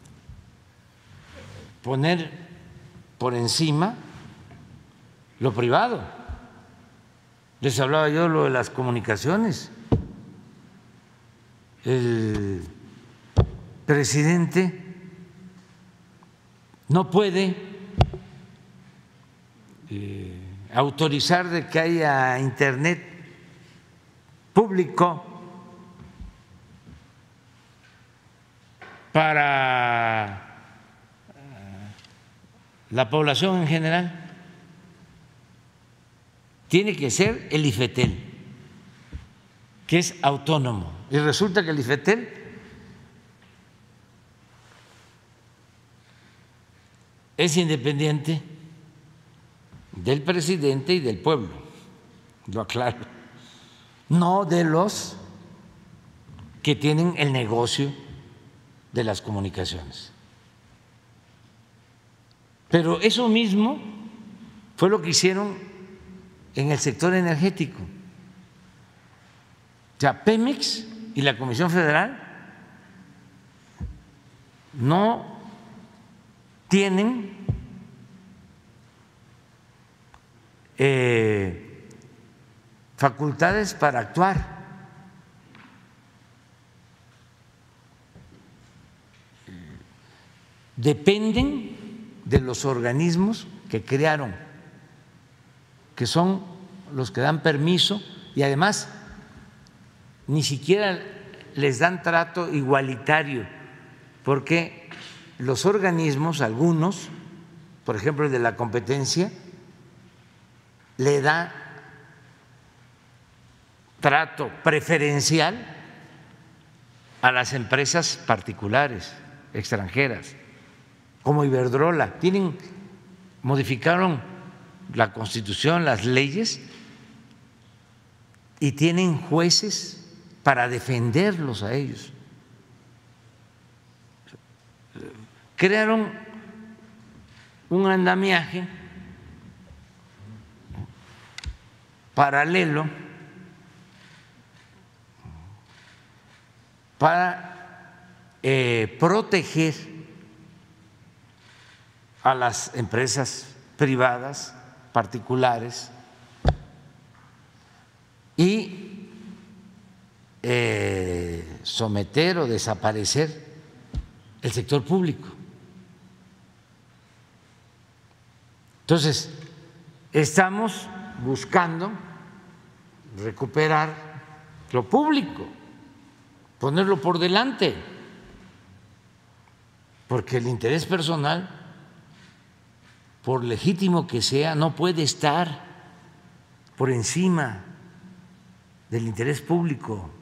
poner por encima lo privado. Les hablaba yo lo de las comunicaciones. El presidente no puede eh, autorizar de que haya internet público para la población en general. Tiene que ser el IFETEL, que es autónomo. Y resulta que el IFETEL es independiente del presidente y del pueblo, lo aclaro, no de los que tienen el negocio de las comunicaciones. Pero eso mismo fue lo que hicieron en el sector energético. O sea, Pemex y la Comisión Federal no tienen eh, facultades para actuar. Dependen de los organismos que crearon, que son los que dan permiso y además ni siquiera les dan trato igualitario, porque los organismos, algunos, por ejemplo el de la competencia, le da trato preferencial a las empresas particulares, extranjeras, como Iberdrola. Tienen, modificaron la Constitución, las leyes, y tienen jueces para defenderlos a ellos. Crearon un andamiaje paralelo para eh, proteger a las empresas privadas, particulares, y eh, someter o desaparecer el sector público. Entonces, estamos buscando recuperar lo público, ponerlo por delante, porque el interés personal, por legítimo que sea, no puede estar por encima del interés público.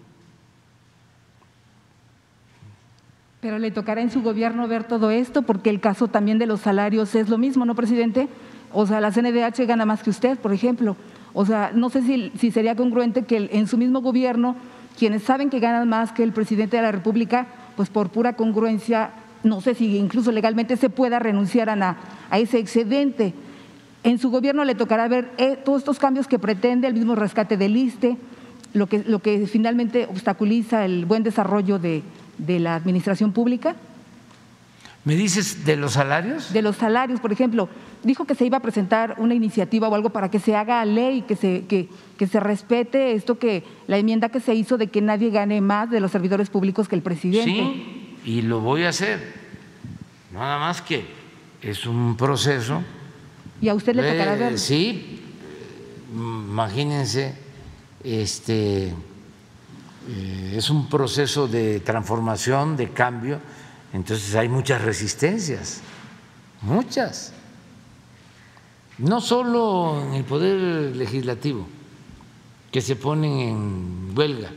Pero le tocará en su gobierno ver todo esto, porque el caso también de los salarios es lo mismo, ¿no, presidente? O sea, la C N D H gana más que usted, por ejemplo. O sea, no sé si, si sería congruente que en su mismo gobierno, quienes saben que ganan más que el presidente de la República, pues por pura congruencia, no sé si incluso legalmente se pueda renunciar a, a ese excedente. En su gobierno le tocará ver eh, todos estos cambios que pretende, el mismo rescate del ISSSTE, lo que, lo que finalmente obstaculiza el buen desarrollo de, de la administración pública. ¿Me dices de los salarios? De los salarios, por ejemplo, dijo que se iba a presentar una iniciativa o algo para que se haga ley, que se, que, que se respete esto, que la enmienda que se hizo de que nadie gane más de los servidores públicos que el presidente. Sí, y lo voy a hacer, nada más que es un proceso. ¿Y a usted le tocará eh, ver? Sí, imagínense, este, eh, es un proceso de transformación, de cambio. Entonces hay muchas resistencias, muchas, no solo en el Poder Legislativo, que se ponen en huelga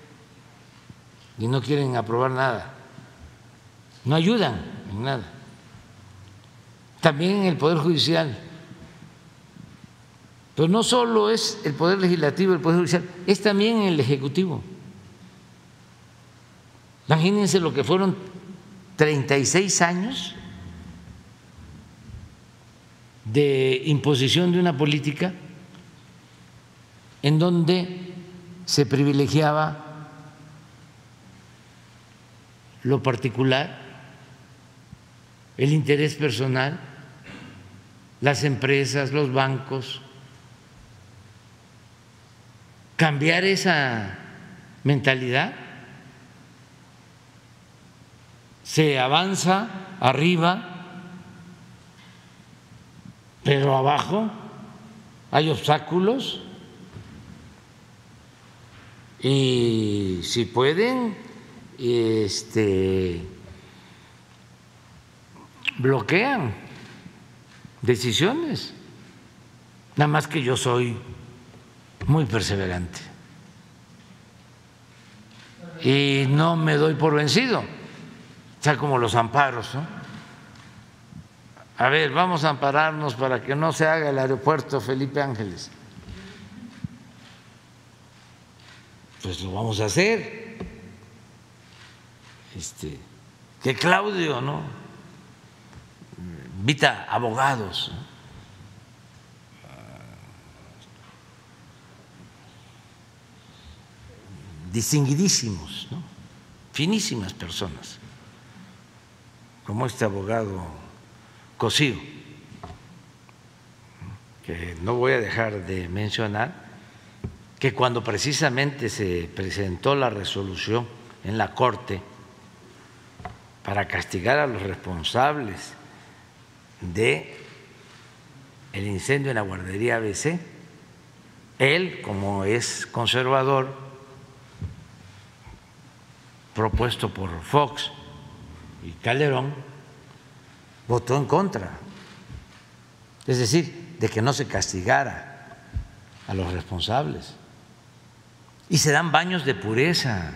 y no quieren aprobar nada, no ayudan en nada, también en el Poder Judicial, pero no solo es el Poder Legislativo, el Poder Judicial, es también el Ejecutivo. Imagínense lo que fueron treinta y seis años de imposición de una política en donde se privilegiaba lo particular, el interés personal, las empresas, los bancos. Cambiar esa mentalidad. Se avanza arriba, pero abajo hay obstáculos y si pueden, este, bloquean decisiones. Nada más que yo soy muy perseverante y no me doy por vencido. O sea, como los amparos, ¿no? A ver, vamos a ampararnos para que no se haga el aeropuerto Felipe Ángeles. Pues lo vamos a hacer. Este, que Claudio, ¿no? Invita abogados, ¿no? Distinguidísimos, ¿no? Finísimas personas, como este abogado Cosío, que no voy a dejar de mencionar, que cuando precisamente se presentó la resolución en la Corte para castigar a los responsables de el incendio en la guardería A B C, él, como es conservador, propuesto por Fox y Calderón, votó en contra, es decir, de que no se castigara a los responsables. Y se dan baños de pureza.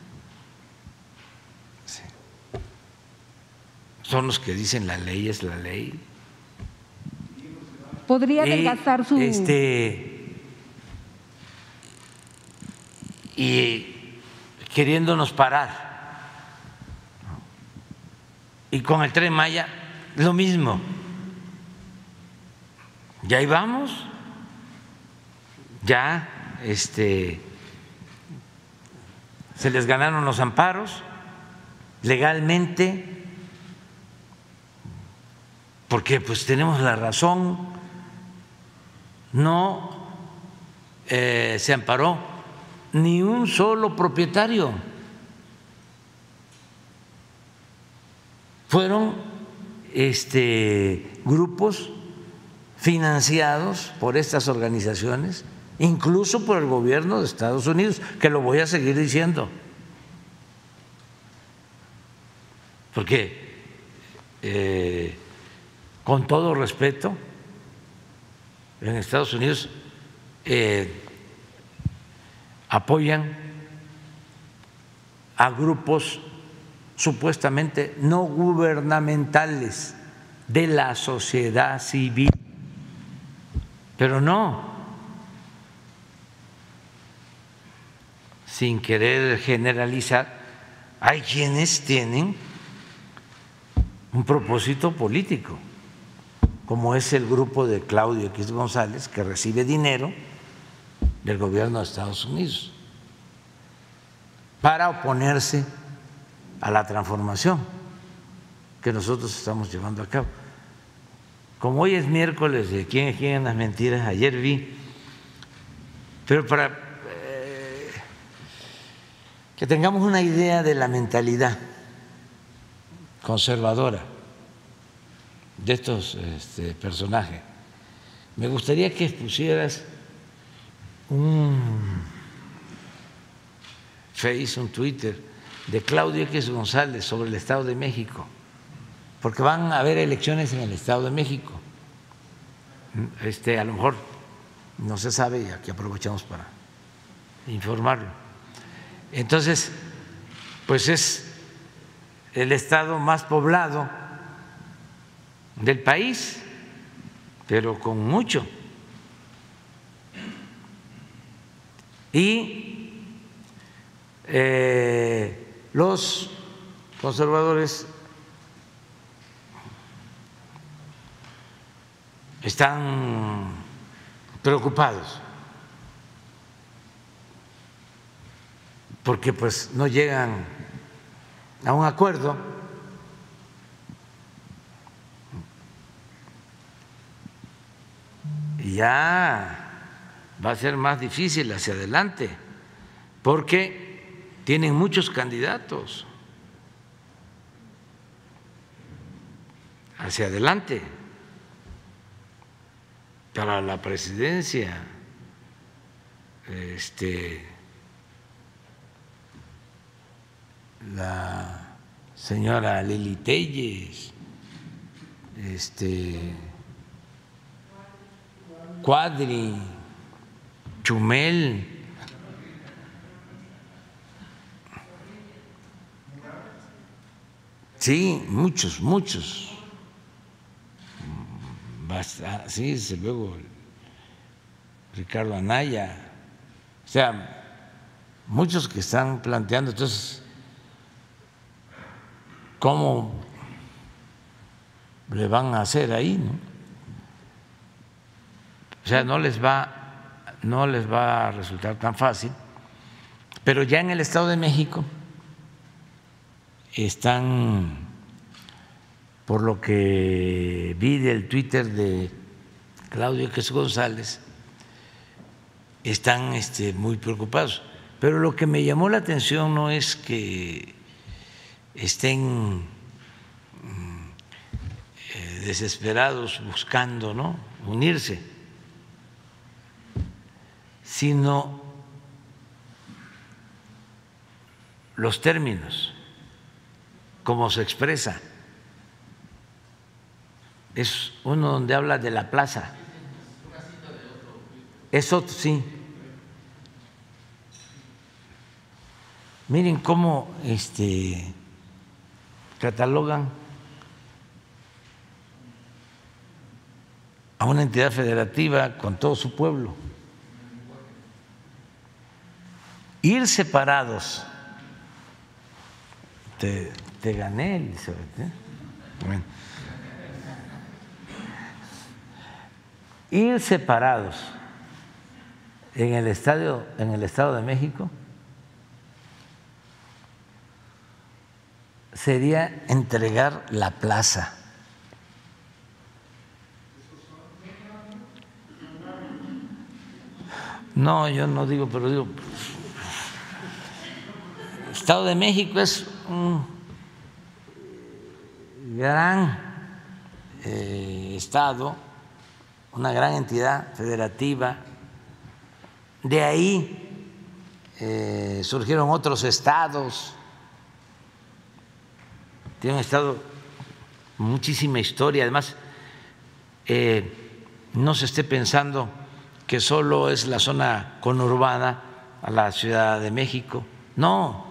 Sí. Son los que dicen la ley es la ley. ¿Podría y, adelgazar su… Este, y queriéndonos parar. Y con el Tren Maya, lo mismo. Ya ahí vamos, ya este, se les ganaron los amparos legalmente, porque pues tenemos la razón, no eh, se amparó ni un solo propietario, fueron este, grupos financiados por estas organizaciones, incluso por el gobierno de Estados Unidos, que lo voy a seguir diciendo, porque eh, con todo respeto, en Estados Unidos eh, apoyan a grupos supuestamente no gubernamentales de la sociedad civil, pero no, sin querer generalizar, hay quienes tienen un propósito político, como es el grupo de Claudio X González, que recibe dinero del gobierno de Estados Unidos para oponerse a la transformación que nosotros estamos llevando a cabo. Como hoy es miércoles de quién es quién en las mentiras, ayer vi, pero para eh, que tengamos una idea de la mentalidad conservadora de estos este, personajes, me gustaría que pusieras un Face, un Twitter de Claudio X González sobre el Estado de México, porque van a haber elecciones en el Estado de México. Este, a lo mejor no se sabe y aquí aprovechamos para informarlo. Entonces, pues es el estado más poblado del país, pero con mucho. Y eh, los conservadores están preocupados porque pues no llegan a un acuerdo y ya va a ser más difícil hacia adelante porque tienen muchos candidatos hacia adelante para la presidencia. Este, la señora Lili Telles, este, Cuadri, Chumel, sí, muchos, muchos. Sí, desde luego, Ricardo Anaya, o sea, muchos que están planteando. Entonces, ¿cómo le van a hacer ahí, no? O sea, no les va, no les va a resultar tan fácil, pero ya en el Estado de México están, por lo que vi del Twitter de Claudio X González, están este, muy preocupados. Pero lo que me llamó la atención no es que estén eh, desesperados buscando, ¿no?, unirse, sino los términos, cómo se expresa. Es uno donde habla de la plaza. Eso sí. Miren cómo este, catalogan a una entidad federativa con todo su pueblo. Ir separados. Te, te gané, Elizabeth. ¿eh? Bueno. Ir separados en el estadio, en el Estado de México sería entregar la plaza. No, yo no digo, pero digo, Estado de México es un gran eh, estado, una gran entidad federativa. De ahí eh, surgieron otros estados. Tiene un estado con muchísima historia. Además, eh, no se esté pensando que solo es la zona conurbana a la Ciudad de México. No,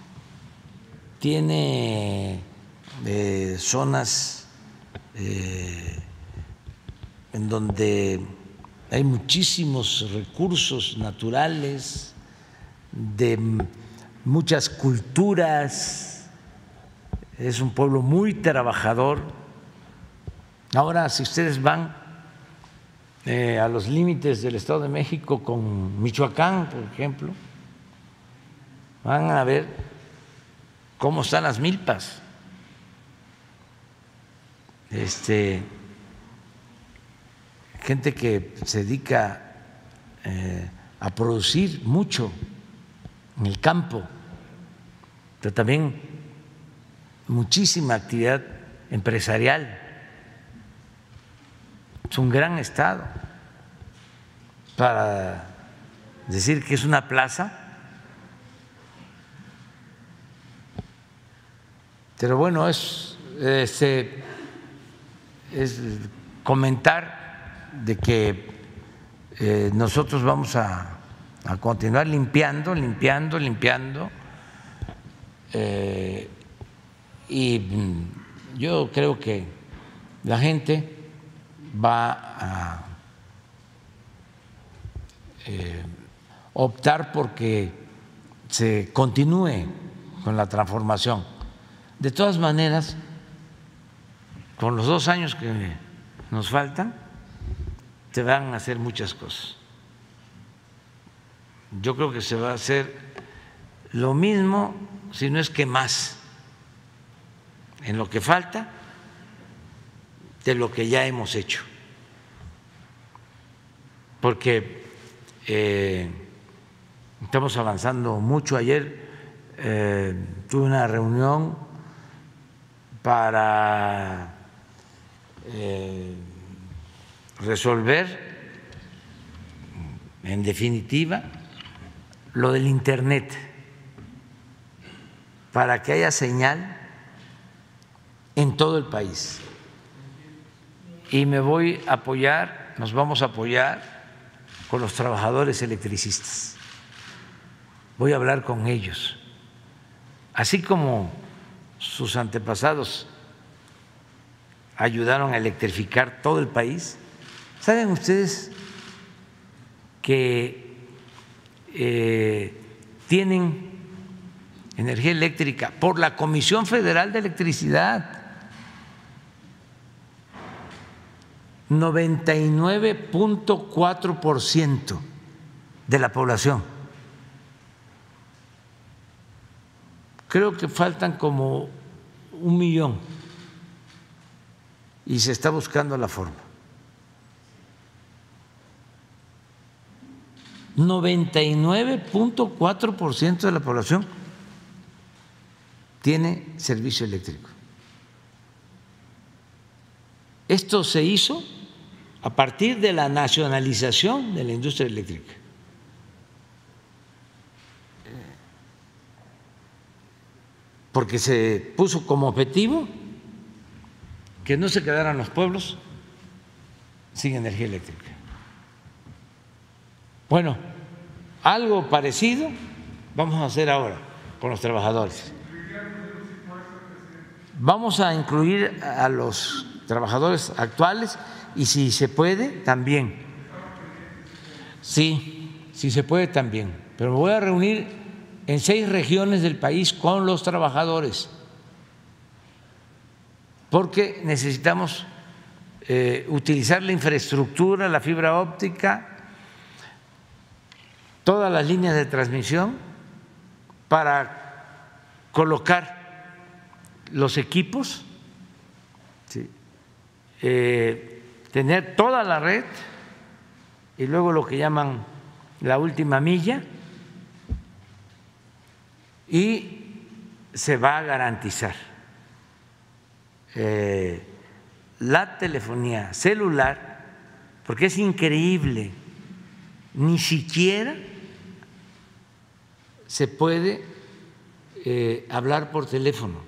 tiene eh, zonas eh, en donde hay muchísimos recursos naturales, de muchas culturas, es un pueblo muy trabajador. Ahora, si ustedes van eh, a los límites del Estado de México con Michoacán, por ejemplo, van a ver cómo están las milpas. Este, gente que se dedica eh, a producir mucho en el campo, pero también muchísima actividad empresarial. Es un gran estado. Para decir que es una plaza, pero bueno, es, este, es comentar de que eh, nosotros vamos a, a continuar limpiando, limpiando, limpiando, eh, y yo creo que la gente va a eh, optar porque se continúe con la transformación. De todas maneras, con los dos años que nos faltan, se van a hacer muchas cosas. Yo creo que se va a hacer lo mismo, si no es que más, en lo que falta de lo que ya hemos hecho. Porque eh, estamos avanzando mucho. Ayer eh, tuve una reunión para eh, resolver, en definitiva, lo del Internet, para que haya señal en todo el país. Y me voy a apoyar, nos vamos a apoyar con los trabajadores electricistas. Voy a hablar con ellos, así como sus antepasados ayudaron a electrificar todo el país. ¿Saben ustedes que eh, tienen energía eléctrica por la Comisión Federal de Electricidad? noventa y nueve punto cuatro por ciento de la población. Creo que faltan como un millón y se está buscando la forma. noventa y nueve punto cuatro por ciento de la población tiene servicio eléctrico. Esto se hizo a partir de la nacionalización de la industria eléctrica. Porque se puso como objetivo que no se quedaran los pueblos sin energía eléctrica. Bueno, algo parecido vamos a hacer ahora con los trabajadores. Vamos a incluir a los trabajadores actuales y si se puede, también. Sí, si se puede, también. Pero me voy a reunir en seis regiones del país con los trabajadores, porque necesitamos eh, utilizar la infraestructura, la fibra óptica, todas las líneas de transmisión para colocar los equipos, ¿sí? eh, tener toda la red y luego lo que llaman la última milla, y se va a garantizar eh, la telefonía celular, porque es increíble, ni siquiera se puede eh, hablar por teléfono,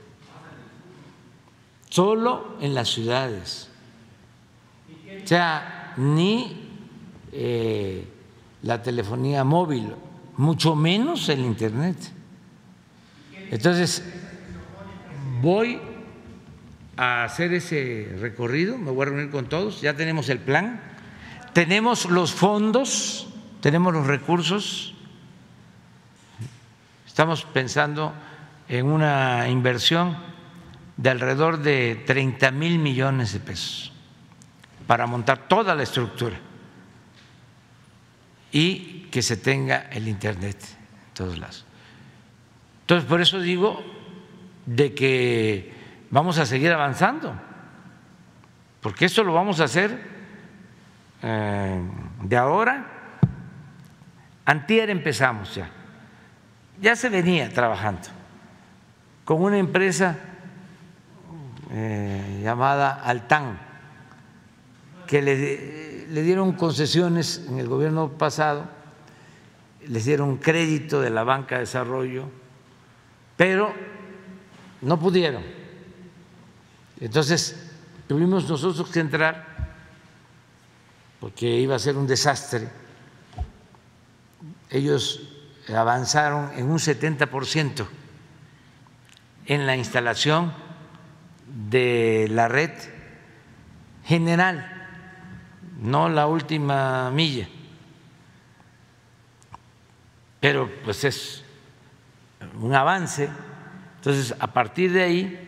solo en las ciudades, o sea, ni eh, la telefonía móvil, mucho menos el internet. Entonces, voy a hacer ese recorrido, me voy a reunir con todos, ya tenemos el plan, tenemos los fondos, tenemos los recursos, estamos pensando en una inversión de alrededor de treinta mil millones de pesos para montar toda la estructura y que se tenga el internet en todos lados. Entonces, por eso digo de que vamos a seguir avanzando, porque esto lo vamos a hacer eh, de ahora. Antier empezamos ya, ya se venía trabajando con una empresa eh, llamada Altán, que le, le dieron concesiones en el gobierno pasado, les dieron crédito de la banca de desarrollo, pero no pudieron. Entonces tuvimos nosotros que entrar porque iba a ser un desastre. Ellos avanzaron en un setenta por ciento en la instalación de la red general, no la última milla, pero pues es un avance. Entonces, a partir de ahí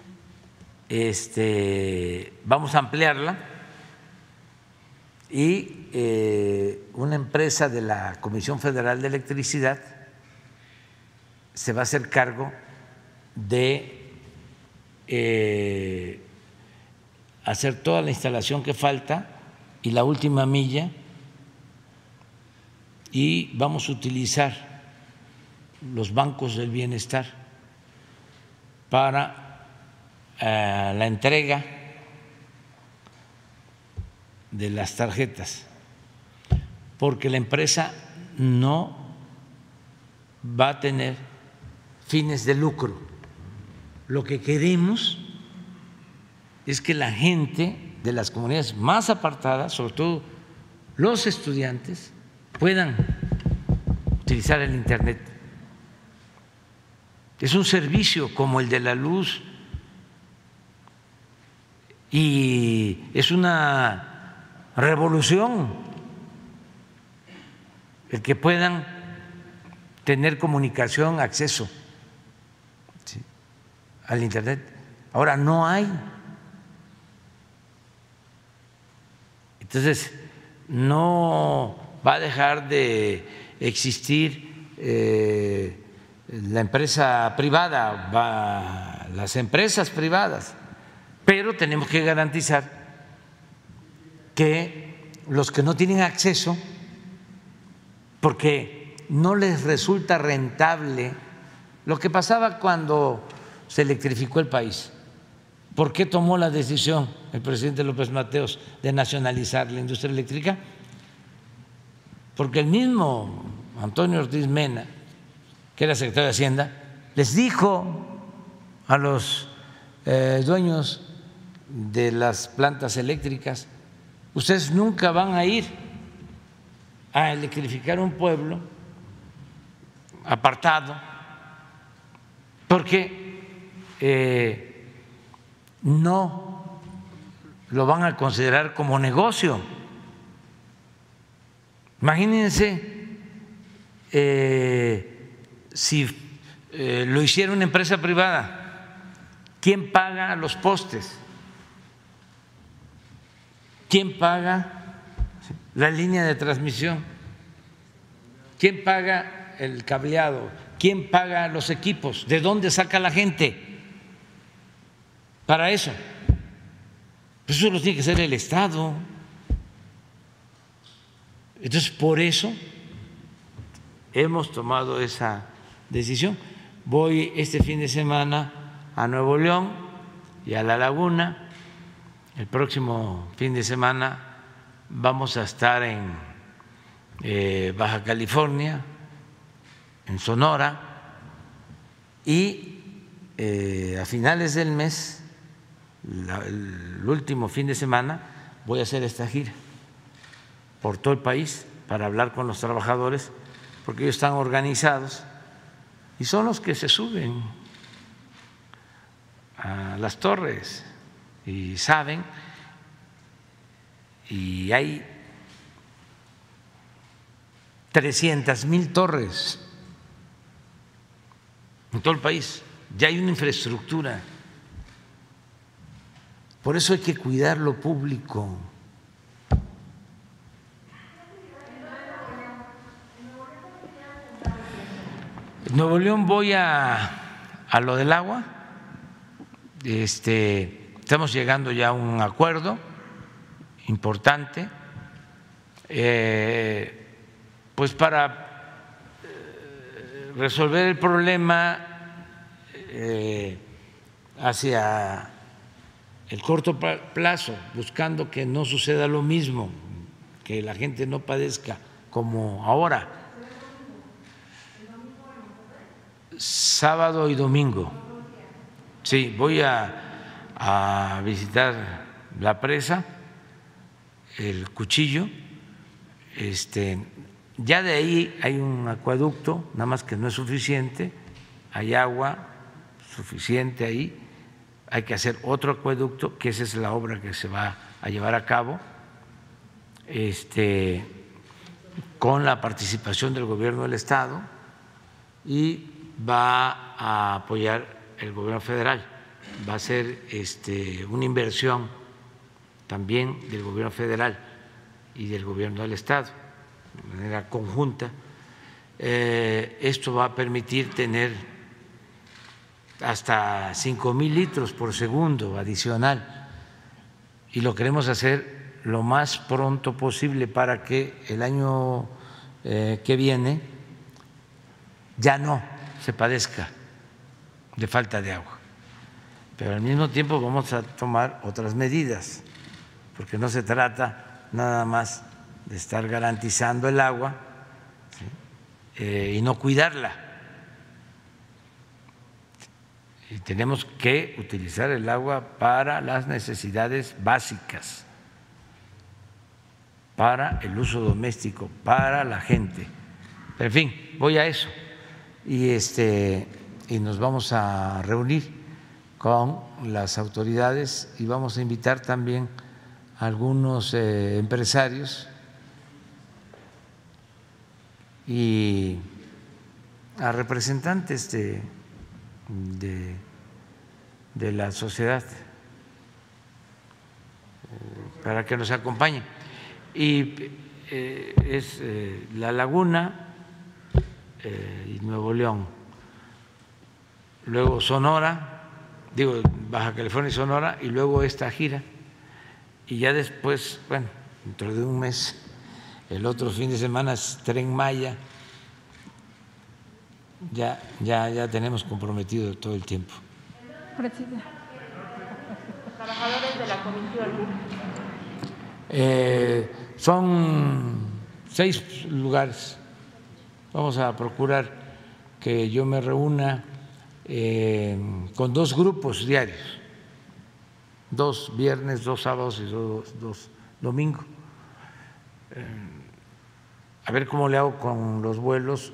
este, vamos a ampliarla y eh, una empresa de la Comisión Federal de Electricidad se va a hacer cargo de eh, hacer toda la instalación que falta y la última milla, y vamos a utilizar los bancos del bienestar para eh, la entrega de las tarjetas, porque la empresa no va a tener fines de lucro. Lo que queremos es que la gente de las comunidades más apartadas, sobre todo los estudiantes, puedan utilizar el internet. Es un servicio como el de la luz y es una revolución el que puedan tener comunicación, acceso, ¿sí?, al internet. Ahora no hay. Entonces no va a dejar de existir eh, la empresa privada, va, las empresas privadas, pero tenemos que garantizar que los que no tienen acceso, porque no les resulta rentable lo que pasaba cuando se electrificó el país. ¿Por qué tomó la decisión el presidente López Mateos de nacionalizar la industria eléctrica? Porque el mismo Antonio Ortiz Mena, que era secretario de Hacienda, les dijo a los eh, dueños de las plantas eléctricas: ustedes nunca van a ir a electrificar un pueblo apartado porque eh, no lo van a considerar como negocio. Imagínense eh, si eh, lo hiciera una empresa privada, ¿quién paga los postes? ¿Quién paga la línea de transmisión? ¿Quién paga el cableado? ¿Quién paga los equipos? ¿De dónde saca la gente para eso? Pues eso lo tiene que hacer el Estado. Entonces, por eso hemos tomado esa decisión. Voy este fin de semana a Nuevo León y a La Laguna. El próximo fin de semana vamos a estar en eh, Baja California, en Sonora, y eh, a finales del mes, la, el último fin de semana, voy a hacer esta gira por todo el país para hablar con los trabajadores, porque ellos están organizados y son los que se suben a las torres y saben, y hay trescientas mil torres en todo el país, ya hay una infraestructura. Por eso hay que cuidar lo público. En Nuevo León voy a, a lo del agua. Este, estamos llegando ya a un acuerdo importante, eh, pues para eh, resolver el problema eh, hacia el corto plazo, buscando que no suceda lo mismo, que la gente no padezca como ahora. Sábado y domingo. Sí, voy a, a visitar la presa, el Cuchillo. Este, ya de ahí hay un acueducto, nada más que no es suficiente, hay agua suficiente ahí, hay que hacer otro acueducto, que esa es la obra que se va a llevar a cabo, este, con la participación del gobierno del Estado, y va a apoyar el gobierno federal, va a ser este, una inversión también del gobierno federal y del gobierno del Estado, de manera conjunta. Eh, esto va a permitir tener hasta cinco mil litros por segundo adicional, y lo queremos hacer lo más pronto posible para que el año eh, que viene ya no se padezca de falta de agua. Pero al mismo tiempo vamos a tomar otras medidas, porque no se trata nada más de estar garantizando el agua, ¿sí? eh, y no cuidarla. Y tenemos que utilizar el agua para las necesidades básicas, para el uso doméstico, para la gente. Pero en fin, voy a eso. Y, este, y nos vamos a reunir con las autoridades y vamos a invitar también a algunos eh, empresarios y a representantes de, de, de la sociedad eh, para que nos acompañen. Y eh, es eh, La Laguna Eh, y Nuevo León, luego Sonora, digo Baja California y Sonora, y luego esta gira, y ya después, bueno, dentro de un mes, el otro fin de semana es Tren Maya. Ya, ya, ya tenemos comprometido todo el tiempo. Trabajadores de la comisión. Eh, son seis lugares. Vamos a procurar que yo me reúna eh, con dos grupos diarios, dos viernes, dos sábados y dos, dos domingos. Eh, a ver cómo le hago con los vuelos,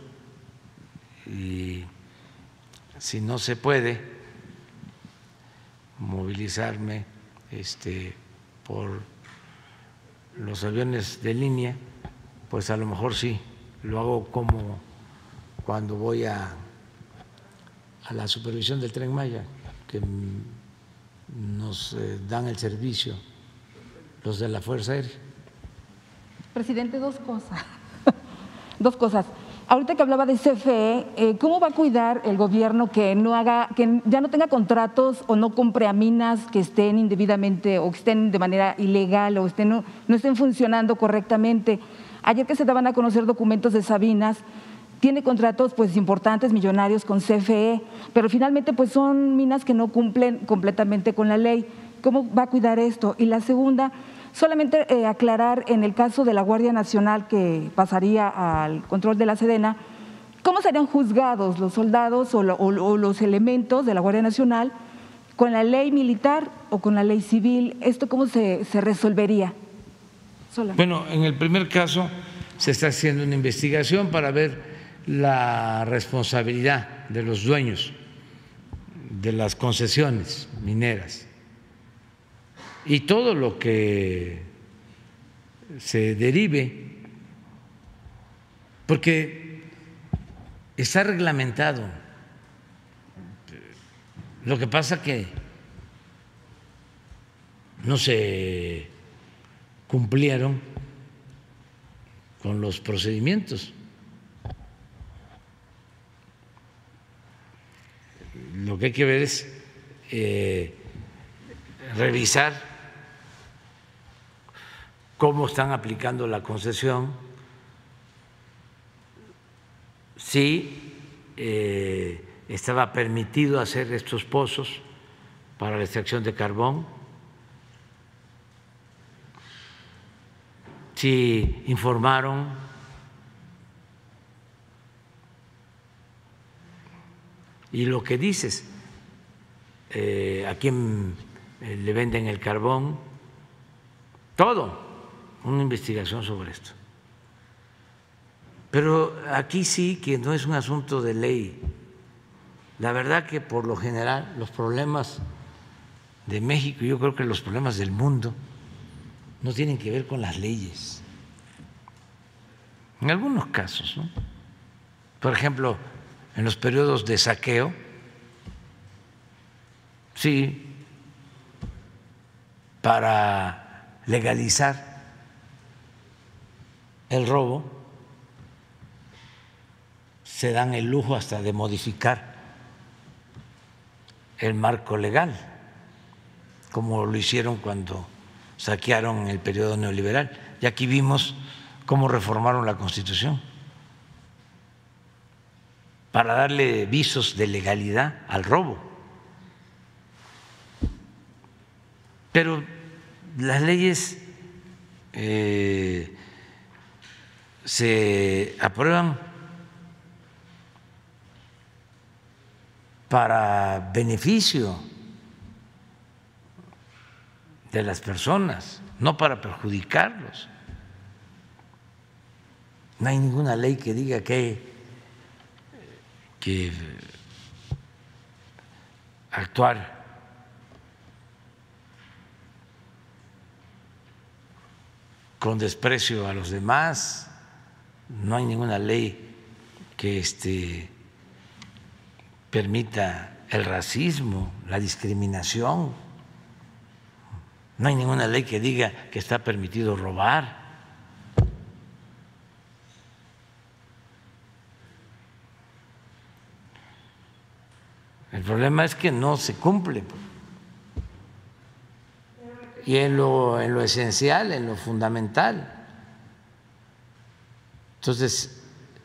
y si no se puede movilizarme este, por los aviones de línea, pues a lo mejor sí, lo hago como cuando voy a, a la supervisión del Tren Maya, que nos eh, dan el servicio los de la Fuerza Aérea. Presidente, dos cosas. Dos cosas. Ahorita que hablaba de C F E, eh, ¿cómo va a cuidar el gobierno que no haga, que ya no tenga contratos o no compre a minas que estén indebidamente o que estén de manera ilegal o estén, no, no estén funcionando correctamente? Ayer que se daban a conocer documentos de Sabinas, tiene contratos pues importantes, millonarios con C F E, pero finalmente pues son minas que no cumplen completamente con la ley. ¿Cómo va a cuidar esto? Y la segunda, solamente eh, aclarar en el caso de la Guardia Nacional que pasaría al control de la Sedena, ¿cómo serían juzgados los soldados o, lo, o, o los elementos de la Guardia Nacional con la ley militar o con la ley civil? ¿Esto cómo se, se resolvería? Solamente. Bueno, en el primer caso se está haciendo una investigación para ver la responsabilidad de los dueños de las concesiones mineras y todo lo que se derive, porque está reglamentado. Lo que pasa que no se cumplieron con los procedimientos. Lo que hay que ver es eh, revisar cómo están aplicando la concesión, si eh, estaba permitido hacer estos pozos para la extracción de carbón, si informaron y lo que dices, eh, a quién eh, le venden el carbón, todo. Una investigación sobre esto. Pero aquí sí que no es un asunto de ley. La verdad que por lo general los problemas de México, yo creo que los problemas del mundo, no tienen que ver con las leyes. En algunos casos, ¿no? Por ejemplo, en los periodos de saqueo, sí, para legalizar el robo, se dan el lujo hasta de modificar el marco legal, como lo hicieron cuando saquearon en el periodo neoliberal. Y aquí vimos cómo reformaron la Constitución para darle visos de legalidad al robo. Pero las leyes eh, se aprueban para beneficio de las personas, no para perjudicarlos. No hay ninguna ley que diga que hay que actuar con desprecio a los demás. No hay ninguna ley que este, permita el racismo, la discriminación. No hay ninguna ley que diga que está permitido robar. El problema es que no se cumple. Y en lo, en lo esencial, en lo fundamental. Entonces,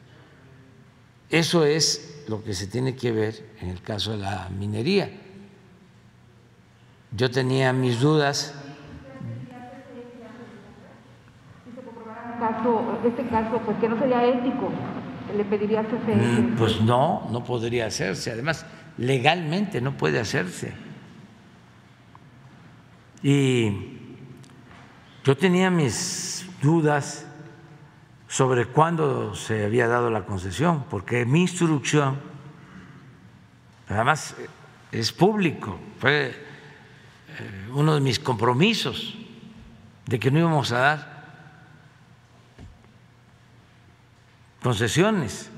eso es lo que se tiene que ver en el caso de la minería. Yo tenía mis dudas. Este caso, pues que no sería ético, le pediría a C F E. Pues no, no podría hacerse. Además, legalmente no puede hacerse. Y yo tenía mis dudas sobre cuándo se había dado la concesión, porque mi instrucción, además es público, fue uno de mis compromisos de que no íbamos a dar concesiones.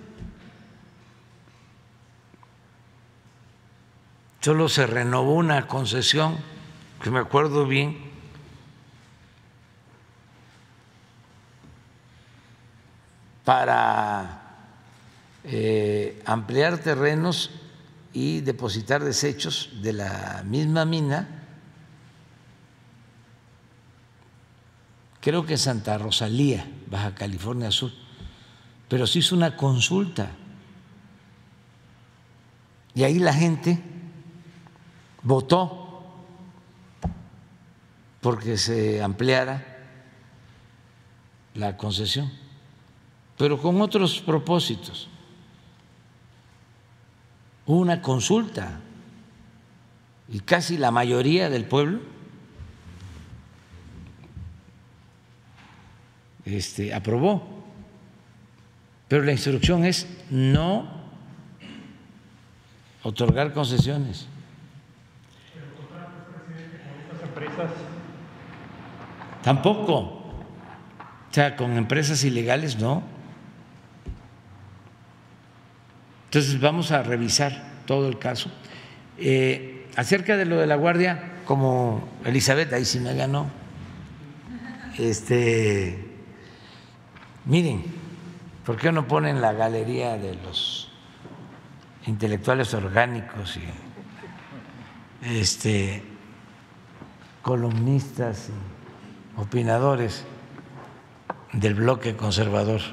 Solo se renovó una concesión, que me acuerdo bien, para eh, ampliar terrenos y depositar desechos de la misma mina, creo que Santa Rosalía, Baja California Sur, pero se hizo una consulta y ahí la gente votó porque se ampliara la concesión, pero con otros propósitos. Hubo una consulta y casi la mayoría del pueblo este, aprobó, pero la instrucción es no otorgar concesiones. Tampoco, o sea, con empresas ilegales no. Entonces vamos a revisar todo el caso. Eh, acerca de lo de la Guardia, como Elizabeth, ahí sí me ganó. Este, miren, ¿por qué no ponen la galería de los intelectuales orgánicos y este, columnistas y opinadores del bloque conservador,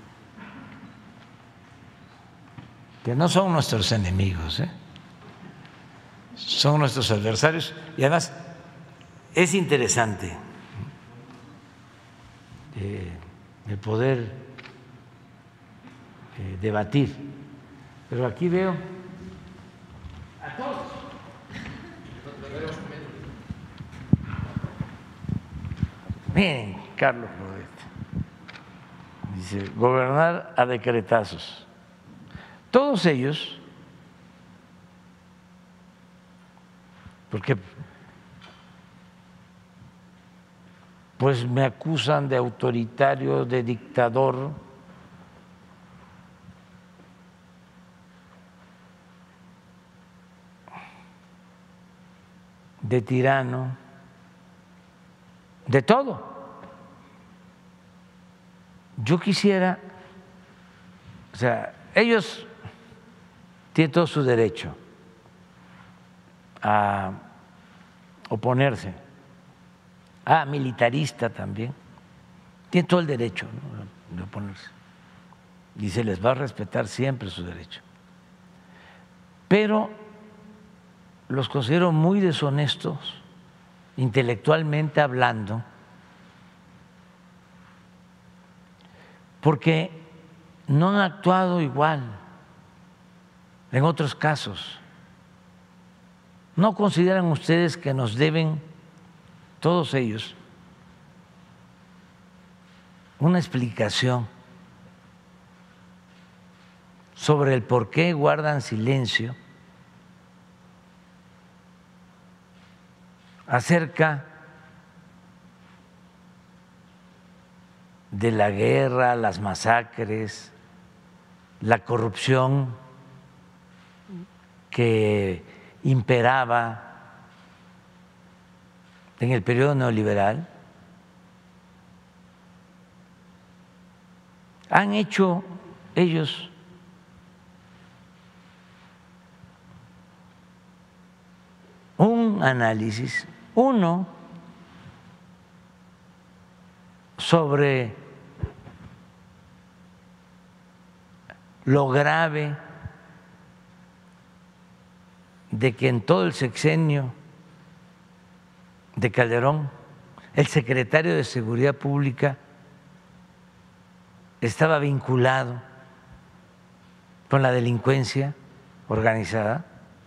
que no son nuestros enemigos, ¿eh? Son nuestros adversarios, y además es interesante eh, el poder eh, debatir, pero aquí veo a todos. Miren, Carlos Rodet dice: gobernar a decretazos. Todos ellos, porque pues me acusan de autoritario, de dictador, de tirano, de todo. Yo quisiera, o sea, ellos tienen todo su derecho a oponerse, a militarista también, tienen todo el derecho, ¿no?, de oponerse, y se les va a respetar siempre su derecho. Pero los considero muy deshonestos, intelectualmente hablando, porque no han actuado igual en otros casos. ¿No consideran ustedes que nos deben, todos ellos, una explicación sobre el por qué guardan silencio acerca de la guerra, las masacres, la corrupción que imperaba en el periodo neoliberal? Han hecho ellos un análisis, uno, sobre lo grave de que en todo el sexenio de Calderón el secretario de Seguridad Pública estaba vinculado con la delincuencia organizada?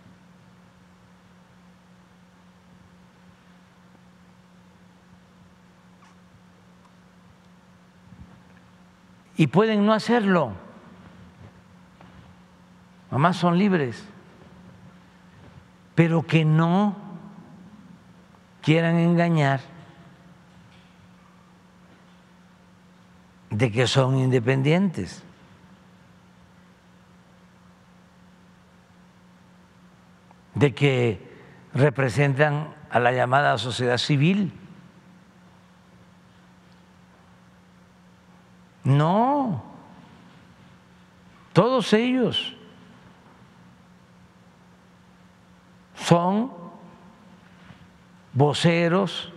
Y pueden no hacerlo, además son libres, pero que no quieran engañar de que son independientes. De que representan a la llamada sociedad civil. No, todos ellos son voceros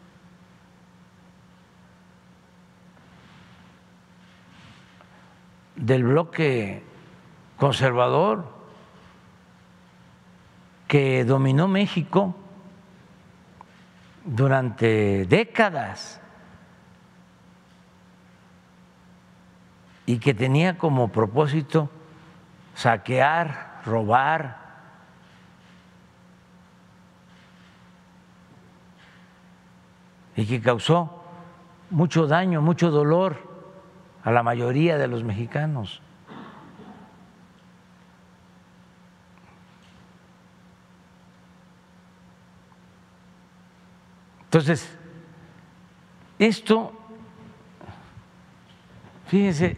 del bloque conservador que dominó México durante décadas y que tenía como propósito saquear, robar, y que causó mucho daño, mucho dolor a la mayoría de los mexicanos. Entonces, esto, fíjense,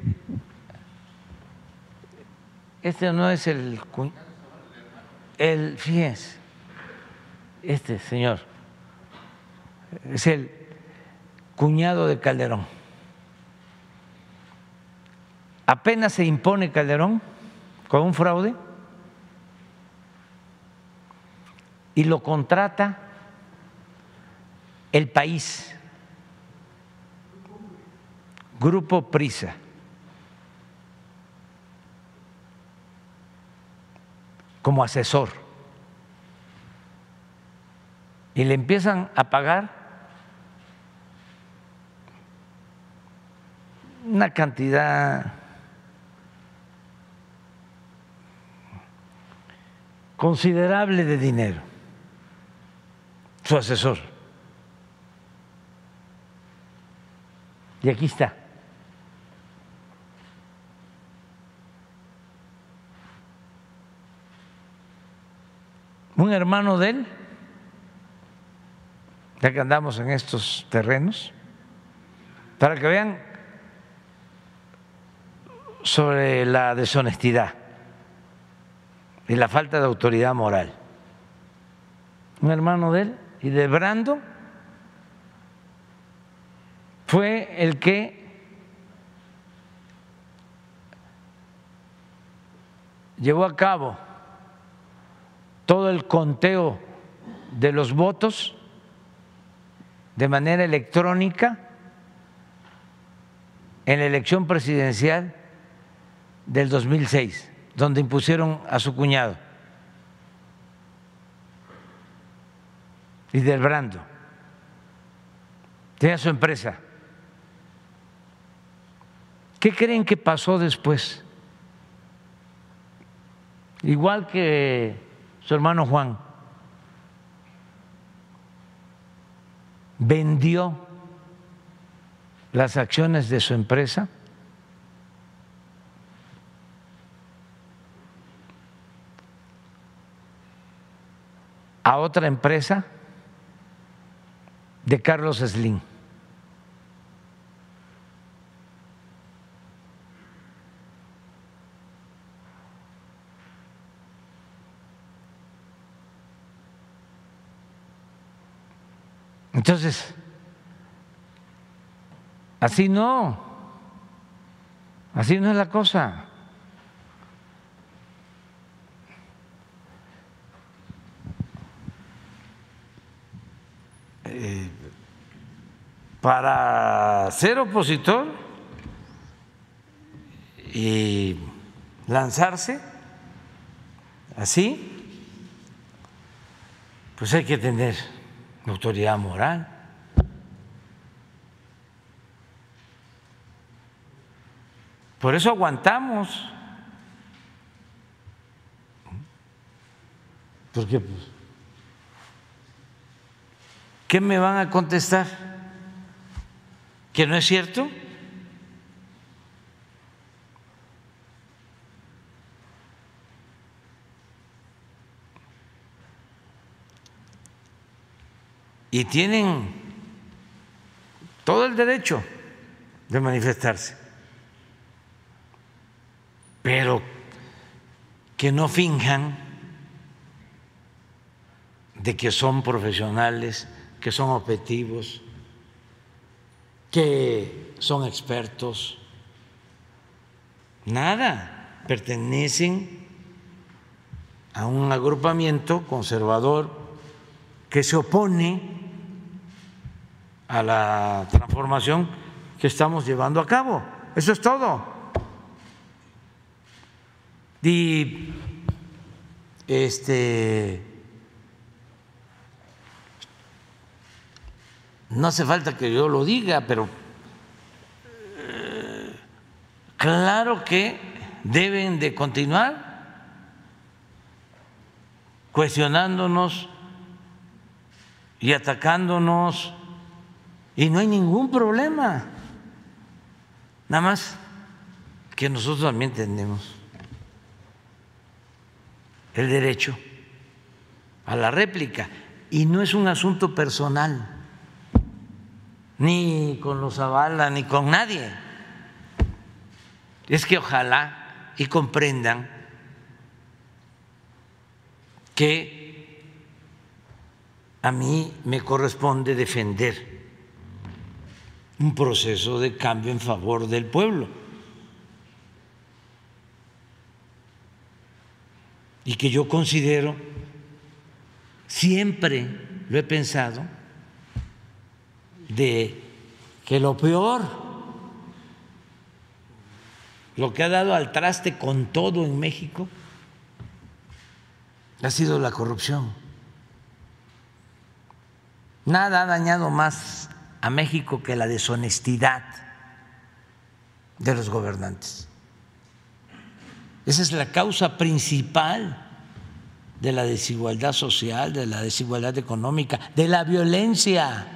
este no es el, el fíjense, este señor es el cuñado de Calderón. Apenas se impone Calderón con un fraude y lo contrata El País, Grupo Prisa, como asesor, y le empiezan a pagar una cantidad considerable de dinero, su asesor. Y aquí está. Un hermano de él, ya que andamos en estos terrenos, para que vean sobre la deshonestidad y la falta de autoridad moral. Un hermano de él y de Brando fue el que llevó a cabo todo el conteo de los votos de manera electrónica en la elección presidencial del dos mil seis, donde impusieron a su cuñado y del Brando. Tenía su empresa. ¿Qué creen que pasó después? Igual que su hermano Juan, vendió las acciones de su empresa a otra empresa de Carlos Slim. Entonces, así no, así no es la cosa. Eh, para ser opositor y lanzarse así, pues hay que tener autoridad moral. Por eso aguantamos, porque pues, ¿qué me van a contestar? ¿Que no es cierto? Y tienen todo el derecho de manifestarse, pero que no finjan de que son profesionales, que son objetivos, que son expertos. Nada, pertenecen a un agrupamiento conservador que se opone a la transformación que estamos llevando a cabo. Eso es todo. Y este no hace falta que yo lo diga, pero eh, claro que deben de continuar cuestionándonos y atacándonos, y no hay ningún problema. Nada más que nosotros también tenemos el derecho a la réplica, y no es un asunto personal, ni con los Zavala, ni con nadie. Es que ojalá y comprendan que a mí me corresponde defender un proceso de cambio en favor del pueblo, y que yo considero, siempre lo he pensado, de que lo peor, lo que ha dado al traste con todo en México, ha sido la corrupción. Nada ha dañado más a México que la deshonestidad de los gobernantes. Esa es la causa principal de la desigualdad social, de la desigualdad económica, de la violencia.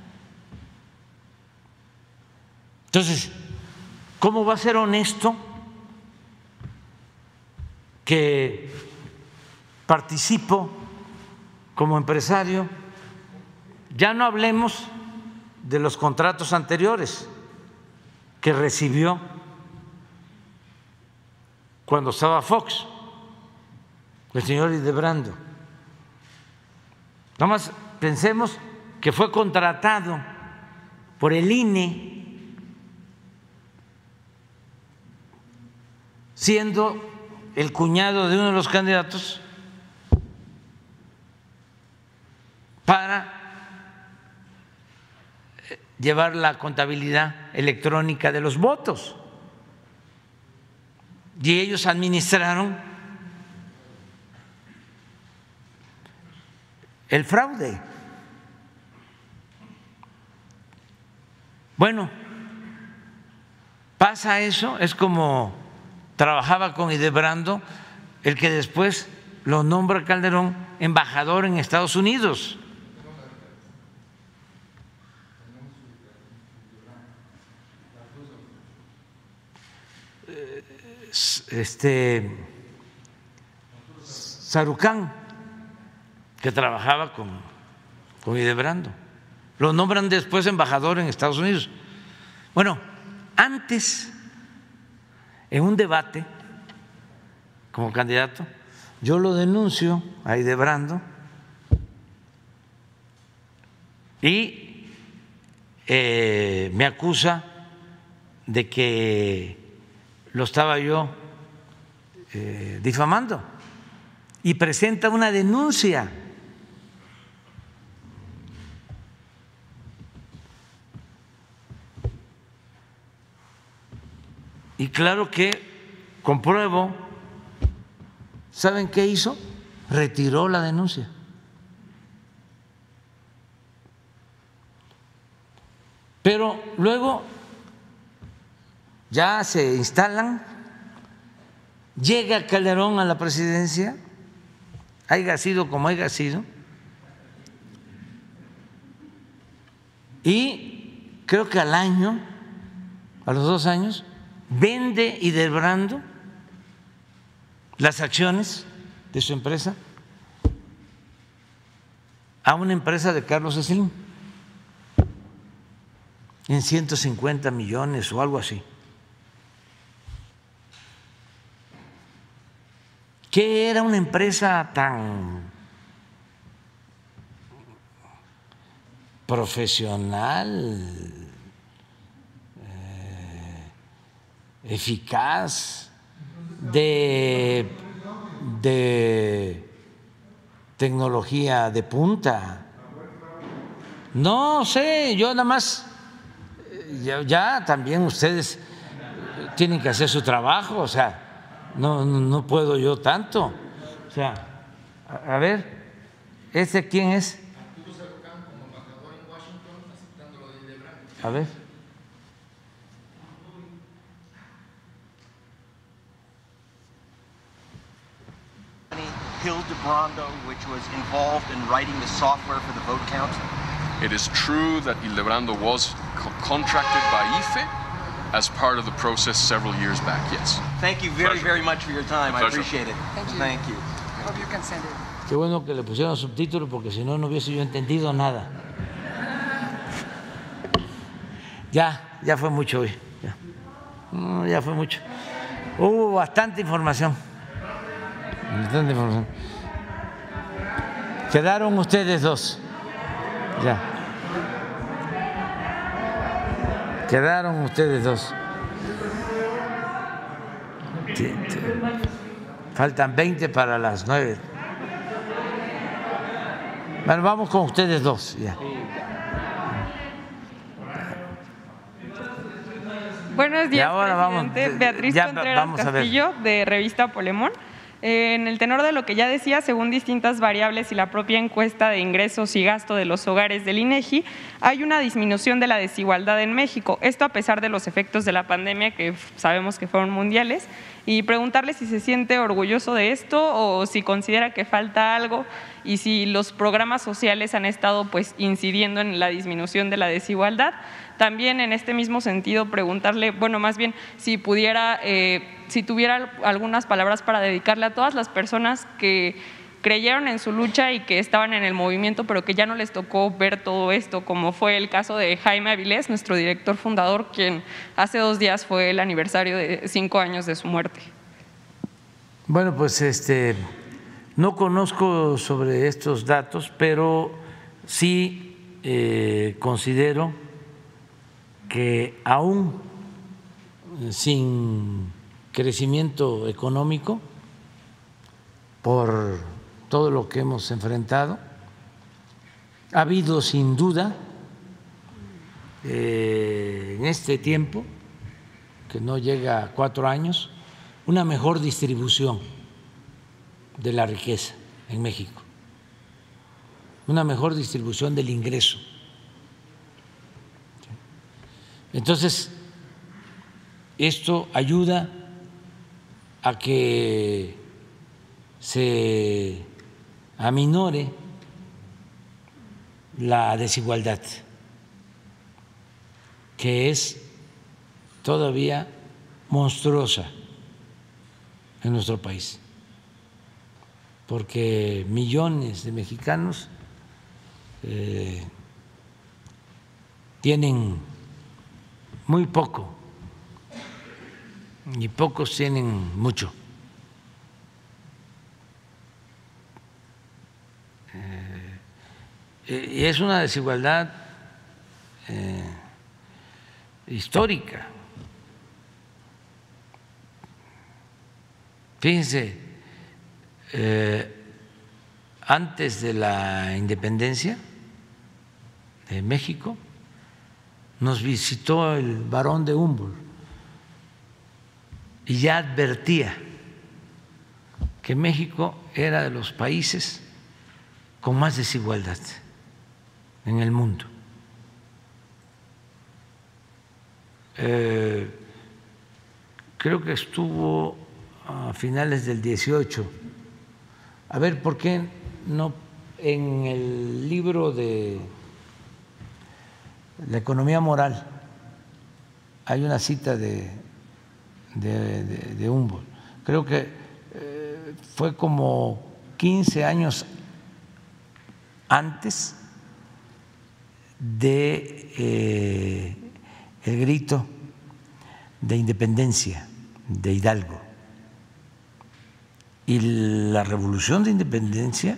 Entonces, ¿cómo va a ser honesto que participo como empresario? Ya no hablemos de los contratos anteriores que recibió cuando estaba Fox, el señor Hildebrando. Nada más pensemos que fue contratado por el I N E siendo el cuñado de uno de los candidatos para llevar la contabilidad electrónica de los votos, y ellos administraron el fraude. Bueno, pasa eso, es como trabajaba con Hildebrando, el que después lo nombra Calderón embajador en Estados Unidos. Este Sarucán, que trabajaba con, con Hildebrando, lo nombran después embajador en Estados Unidos. Bueno, antes, en un debate como candidato, yo lo denuncio a Hildebrando y eh, me acusa de que lo estaba yo eh, difamando, y presenta una denuncia. Y claro que compruebo. ¿Saben qué hizo? Retiró la denuncia. Pero luego ya se instalan, llega Calderón a la presidencia, haya sido como haya sido, y creo que al año, a los dos años, vende Hildebrando las acciones de su empresa a una empresa de Carlos Slim, en ciento cincuenta millones o algo así. ¿Qué era una empresa tan profesional, eh, eficaz, de, de tecnología de punta? No sé, yo nada más, ya, ya también ustedes tienen que hacer su trabajo, o sea, no, no, no puedo yo tanto. O sea, a, a ver, ¿este quién es? A ver. Hildebrando, which was involved in writing the software for the vote count? It is true that Hildebrando was co contracted by I F E as part of the process several years back, yes. Thank you very, Pleasure. very much for your time. I Pleasure. appreciate it. Thank you. Thank you. Hope you can send it. Qué bueno que le pusieron subtítulos porque si no, no hubiese yo entendido nada. Ya, ya fue mucho hoy. Ya, no, ya fue mucho. Hubo bastante información. Bastante información. Quedaron ustedes dos. Ya. Quedaron ustedes dos. Sí, sí. Faltan veinte para las nueve. Bueno, vamos con ustedes dos. Ya. Buenos días, ahora vamos, presidente. Beatriz ya Contreras vamos a ver. Castillo, de Revista Polemón. Eh, en el tenor de lo que ya decía, según distintas variables y la propia encuesta de ingresos y gasto de los hogares del INEGI, hay una disminución de la desigualdad en México. Esto a pesar de los efectos de la pandemia, que sabemos que fueron mundiales. Y preguntarle si se siente orgulloso de esto o si considera que falta algo y si los programas sociales han estado pues incidiendo en la disminución de la desigualdad. También en este mismo sentido preguntarle, bueno, más bien si pudiera, eh, si tuviera algunas palabras para dedicarle a todas las personas que creyeron en su lucha y que estaban en el movimiento, pero que ya no les tocó ver todo esto, como fue el caso de Jaime Avilés, nuestro director fundador, quien hace dos días fue el aniversario de cinco años de su muerte. Bueno, pues este, no conozco sobre estos datos, pero sí eh, considero que aún sin crecimiento económico, por todo lo que hemos enfrentado, ha habido sin duda eh, en este tiempo, que no llega a cuatro años, una mejor distribución de la riqueza en México, una mejor distribución del ingreso. Entonces, esto ayuda a que se aminore la desigualdad, que es todavía monstruosa en nuestro país, porque millones de mexicanos eh, tienen muy poco y pocos tienen mucho. Eh, y es una desigualdad eh, histórica. Fíjense, eh, antes de la independencia de México, nos visitó el barón de Humboldt y ya advertía que México era de los países con más desigualdad en el mundo. Eh, creo que estuvo a finales del dieciocho. A ver, ¿por qué no en el libro de La economía moral hay una cita de, de, de, de Humboldt? Creo que eh, fue como quince años antes de eh, el grito de independencia de Hidalgo. Y la revolución de independencia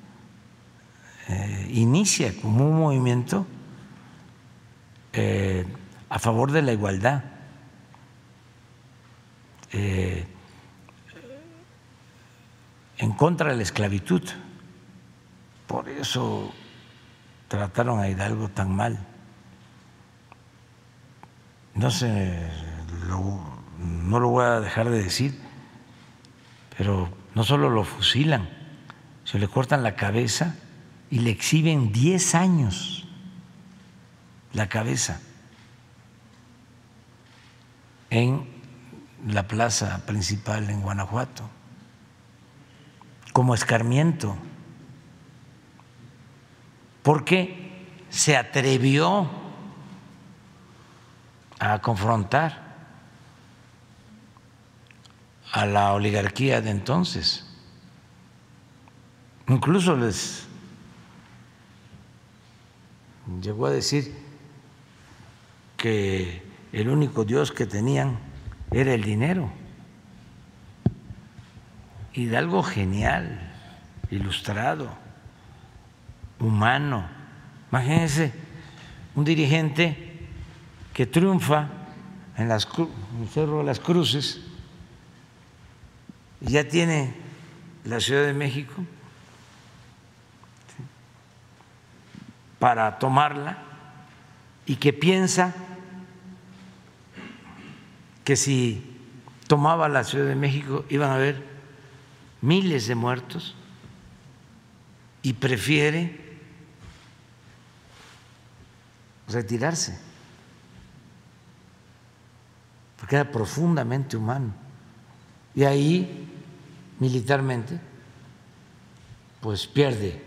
eh, inicia como un movimiento eh, a favor de la igualdad, eh, en contra de la esclavitud. Por eso trataron a Hidalgo tan mal. No sé, lo, no lo voy a dejar de decir, pero no solo lo fusilan, se le cortan la cabeza y le exhiben diez años la cabeza en la plaza principal en Guanajuato, como escarmiento, porque se atrevió a confrontar a la oligarquía de entonces. Incluso les llegó a decir que el único Dios que tenían era el dinero. Hidalgo genial, ilustrado, humano. Imagínense un dirigente que triunfa en, las, en el Cerro de las Cruces y ya tiene la Ciudad de México para tomarla, y que piensa que si tomaba la Ciudad de México iban a haber miles de muertos, y prefiere retirarse porque era profundamente humano. Y ahí militarmente pues pierde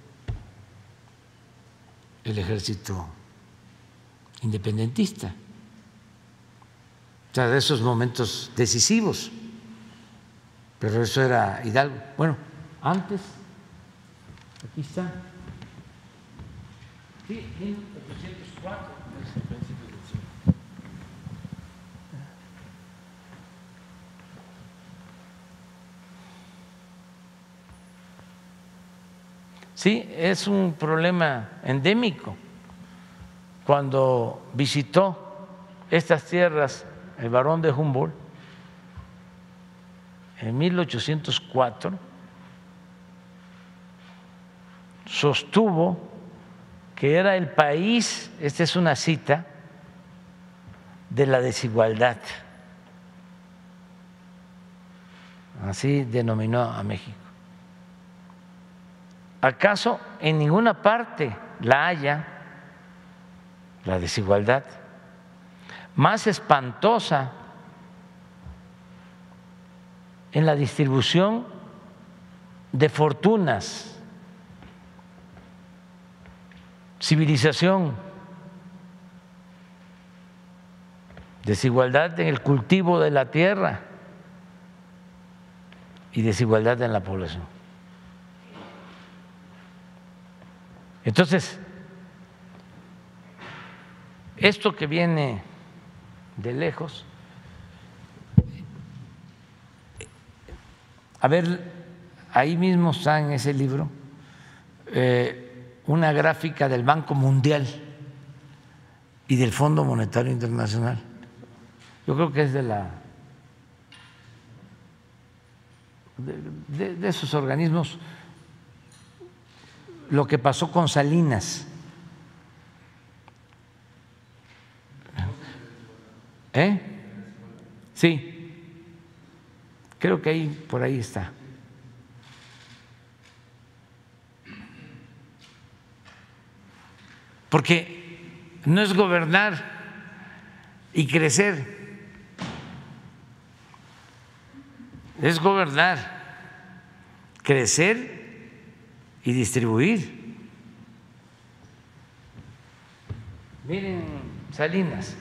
el ejército independentista. O sea, de esos momentos decisivos. Pero eso era Hidalgo. Bueno, antes, aquí está. Sí, mil ochocientos cuatro. Sí, es un problema endémico. Cuando visitó estas tierras el barón de Humboldt en mil ochocientos cuatro, sostuvo que era el país, esta es una cita, de la desigualdad. Así denominó a México. ¿Acaso en ninguna parte la haya la desigualdad? Más espantosa en la distribución de fortunas, civilización, desigualdad en el cultivo de la tierra y desigualdad en la población. Entonces, esto que viene de lejos, a ver, ahí mismo está en ese libro eh, una gráfica del Banco Mundial y del Fondo Monetario Internacional. Yo creo que es de la de, de, de esos organismos. Lo que pasó con Salinas. ¿Eh? Sí, creo que ahí, por ahí está. Porque no es gobernar y crecer, es gobernar, crecer y distribuir. Miren Salinas,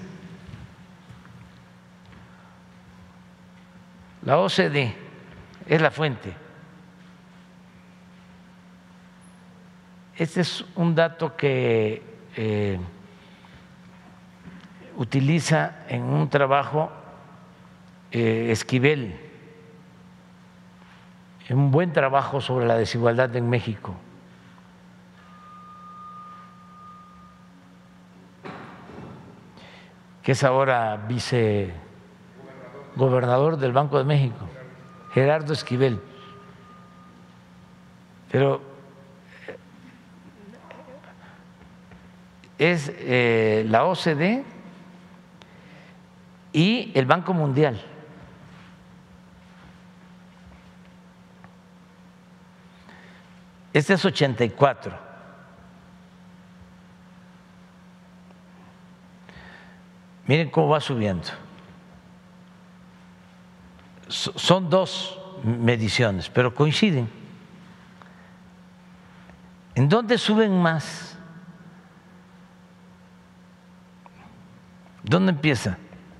la O C D es la fuente. Este es un dato que eh, utiliza en un trabajo eh, Esquivel, un buen trabajo sobre la desigualdad en México. Que es ahora vicegobernador del Banco de México, Gerardo Esquivel. Pero es eh, la O C D y el Banco Mundial. Este es ochenta y cuatro. Miren cómo va subiendo. Son dos mediciones, pero coinciden. ¿En dónde suben más? ¿Dónde empieza?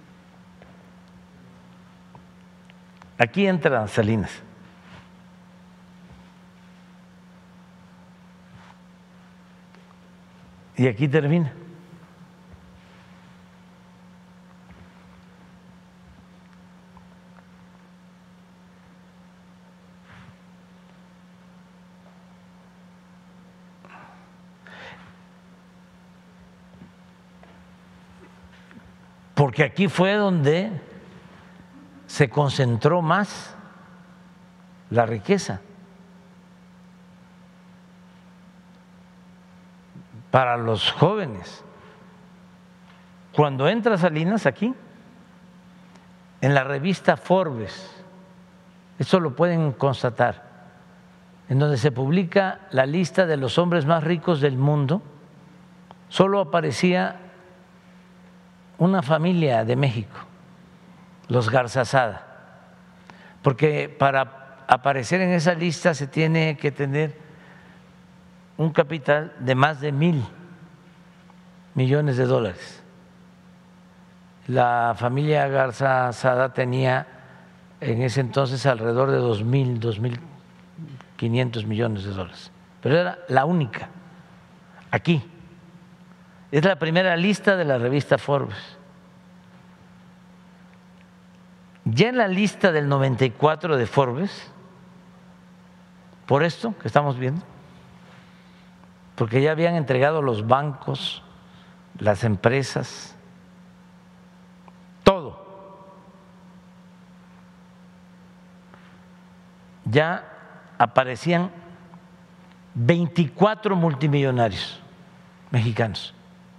Aquí entra Salinas. Y aquí termina. Porque aquí fue donde se concentró más la riqueza. Para los jóvenes. Cuando entra Salinas aquí, en la revista Forbes, eso lo pueden constatar, en donde se publica la lista de los hombres más ricos del mundo, solo aparecía una familia de México, los Garzazada, porque para aparecer en esa lista se tiene que tener un capital de más de mil millones de dólares. La familia Garzazada tenía en ese entonces alrededor de dos mil, dos mil quinientos millones de dólares, pero era la única. Aquí es la primera lista de la revista Forbes. Ya en la lista del noventa y cuatro de Forbes, por esto que estamos viendo, porque ya habían entregado los bancos, las empresas, todo. Ya aparecían veinticuatro multimillonarios mexicanos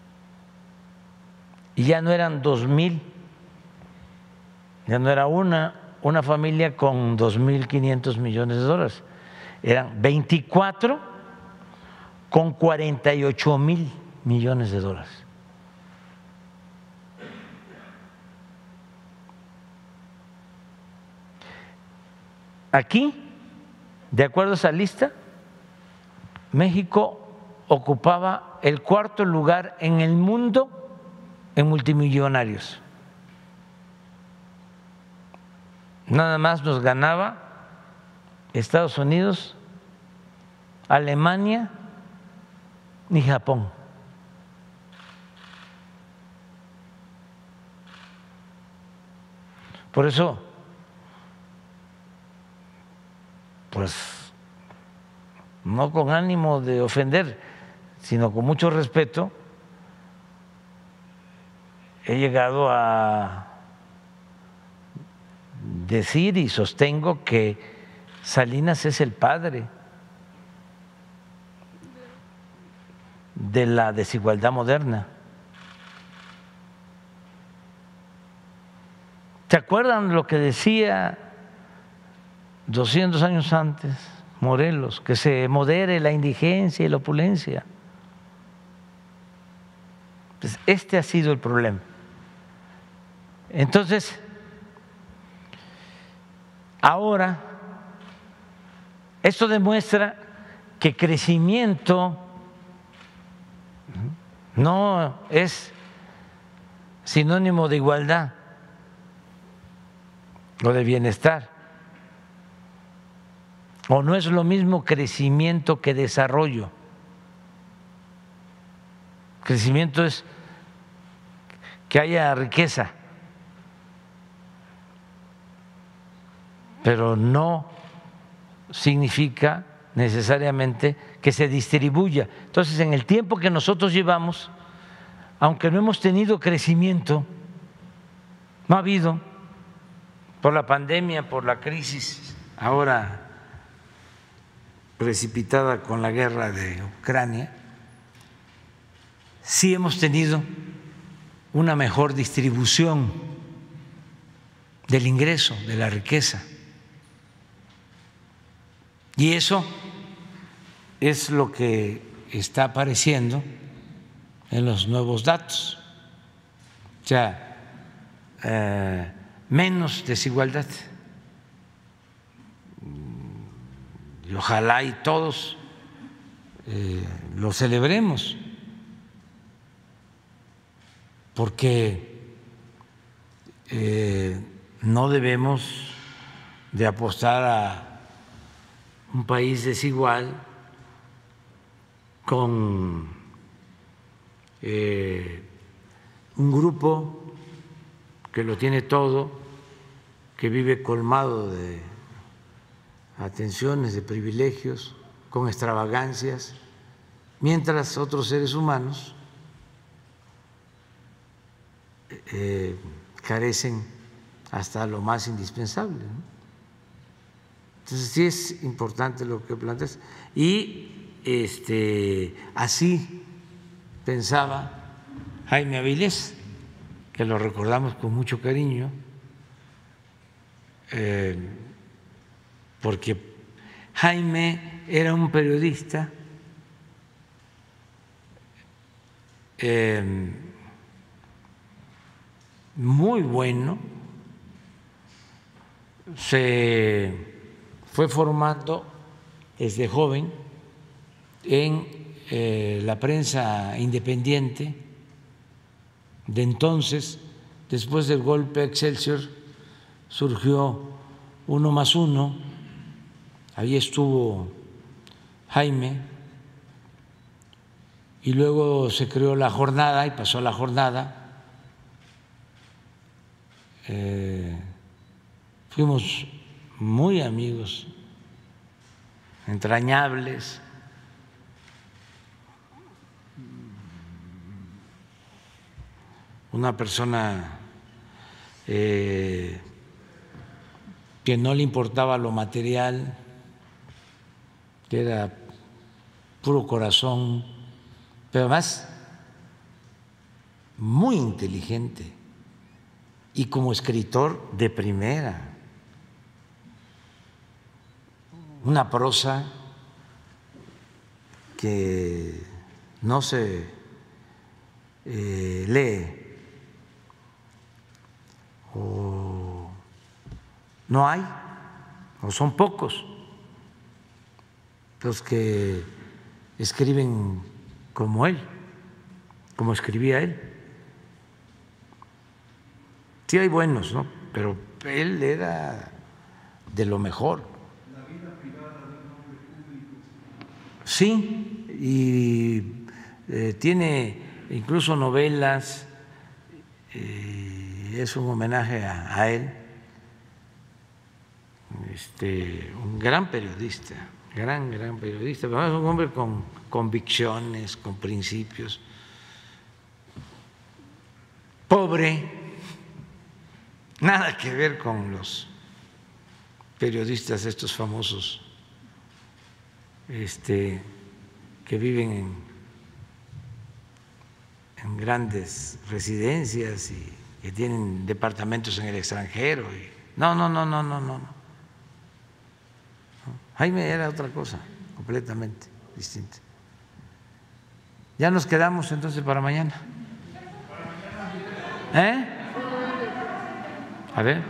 y ya no eran dos mil, ya no era una, una familia con dos mil quinientos millones de dólares, eran veinticuatro con cuarenta y ocho mil millones de dólares. Aquí, de acuerdo a esa lista, México ocupaba el cuarto lugar en el mundo en multimillonarios. Nada más nos ganaba Estados Unidos, Alemania ni Japón. Por eso, pues, no con ánimo de ofender, sino con mucho respeto, he llegado a decir y sostengo que Salinas es el padre de la desigualdad moderna. ¿Se acuerdan lo que decía doscientos años antes Morelos? Que se modere la indigencia y la opulencia. Pues este ha sido el problema. Entonces, ahora, esto demuestra que crecimiento no es sinónimo de igualdad o de bienestar, o no es lo mismo crecimiento que desarrollo. Crecimiento es que haya riqueza, pero no significa necesariamente que se distribuya. Entonces, en el tiempo que nosotros llevamos, aunque no hemos tenido crecimiento, no ha habido, por la pandemia, por la crisis ahora precipitada con la guerra de Ucrania, sí hemos tenido una mejor distribución del ingreso, de la riqueza. Y eso es lo que está apareciendo en los nuevos datos. O sea, eh, menos desigualdad. Y ojalá y todos eh, lo celebremos, porque eh, no debemos de apostar a un país desigual con eh, un grupo que lo tiene todo, que vive colmado de atenciones, de privilegios, con extravagancias, mientras otros seres humanos eh, carecen hasta lo más indispensable, ¿no? Entonces sí es importante lo que planteas. Y este, así pensaba Jaime Avilés, que lo recordamos con mucho cariño, eh, porque Jaime era un periodista eh, muy bueno, se fue formando desde joven en eh, la prensa independiente de entonces. Después del golpe Excelsior surgió Uno más Uno, ahí estuvo Jaime, y luego se creó La Jornada y pasó a La Jornada. Eh, fuimos muy amigos, entrañables. Una persona eh, que no le importaba lo material, que era puro corazón, pero además muy inteligente y como escritor de primera. Una prosa que no se eh, lee o no hay, o son pocos los que escriben como él, como escribía él. Sí hay buenos, ¿no? Pero él era de lo mejor. Sí, y eh, tiene incluso novelas, eh, es un homenaje a, a él, este, un gran periodista, gran, gran periodista, pero es un hombre con convicciones, con principios, pobre, nada que ver con los periodistas estos famosos Este, que viven en, en grandes residencias y que tienen departamentos en el extranjero. Y, no, no, no, no, no, no, no. Jaime era otra cosa, completamente distinta. Ya nos quedamos entonces para mañana. ¿Eh? A ver.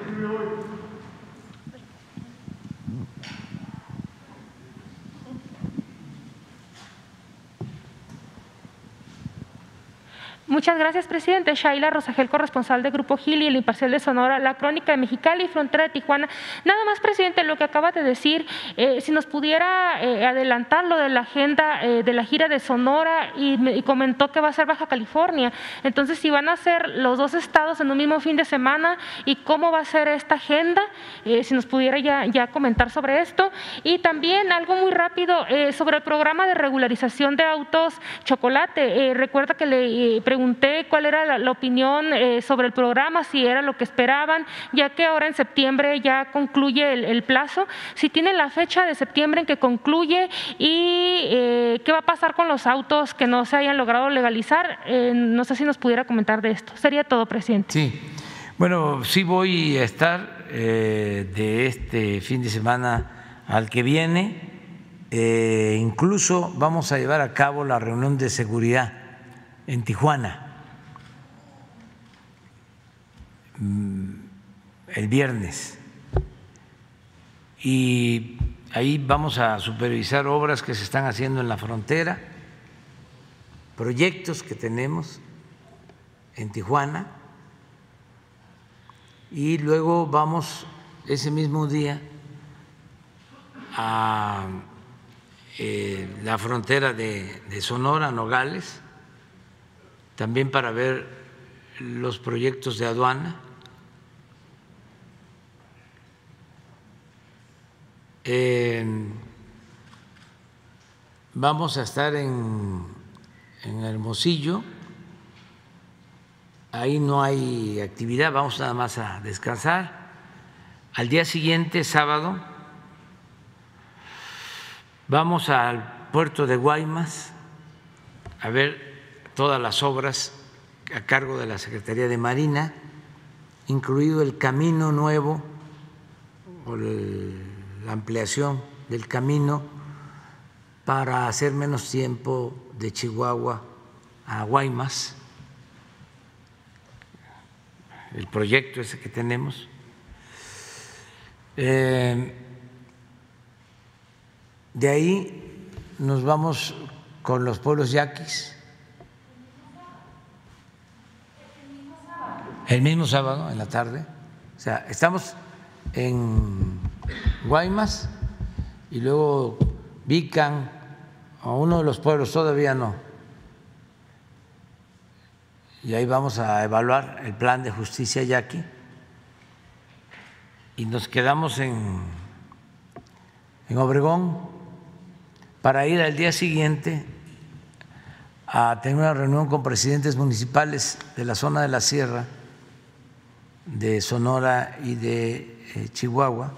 Muchas gracias, presidente. Shaila Rosagel, corresponsal de Grupo Gil y El Imparcial de Sonora, La Crónica de Mexicali y Frontera de Tijuana. Nada más, presidente, lo que acaba de decir, eh, si nos pudiera eh, adelantar lo de la agenda eh, de la gira de Sonora y, me, y comentó que va a ser Baja California. Entonces, si van a ser los dos estados en un mismo fin de semana y cómo va a ser esta agenda, eh, si nos pudiera ya, ya comentar sobre esto. Y también algo muy rápido eh, sobre el programa de regularización de autos Chocolate. Eh, recuerda que le eh, pregunté cuál era la, la opinión eh, sobre el programa, si era lo que esperaban, ya que ahora en septiembre ya concluye el, el plazo, si tienen la fecha de septiembre en que concluye y eh, qué va a pasar con los autos que no se hayan logrado legalizar. Eh, no sé si nos pudiera comentar de esto. Sería todo, presidente. Sí, bueno, sí voy a estar eh, de este fin de semana al que viene. Eh, incluso vamos a llevar a cabo la reunión de seguridad en Tijuana el viernes y ahí vamos a supervisar obras que se están haciendo en la frontera, proyectos que tenemos en Tijuana y luego vamos ese mismo día a eh, la frontera de, de Sonora, Nogales, también para ver los proyectos de aduana. Eh, vamos a estar en, en Hermosillo, ahí no hay actividad, vamos nada más a descansar. Al día siguiente, sábado, vamos al puerto de Guaymas a ver todas las obras a cargo de la Secretaría de Marina, incluido el camino nuevo o el, la ampliación del camino para hacer menos tiempo de Chihuahua a Guaymas, el proyecto ese que tenemos. Eh, de ahí nos vamos con los pueblos yaquis. El mismo sábado en la tarde, o sea, estamos en Guaymas y luego Vican, a uno de los pueblos, todavía no. Y ahí vamos a evaluar el plan de justicia yaqui y nos quedamos en, en Obregón para ir al día siguiente a tener una reunión con presidentes municipales de la zona de la sierra, de Sonora y de eh, Chihuahua.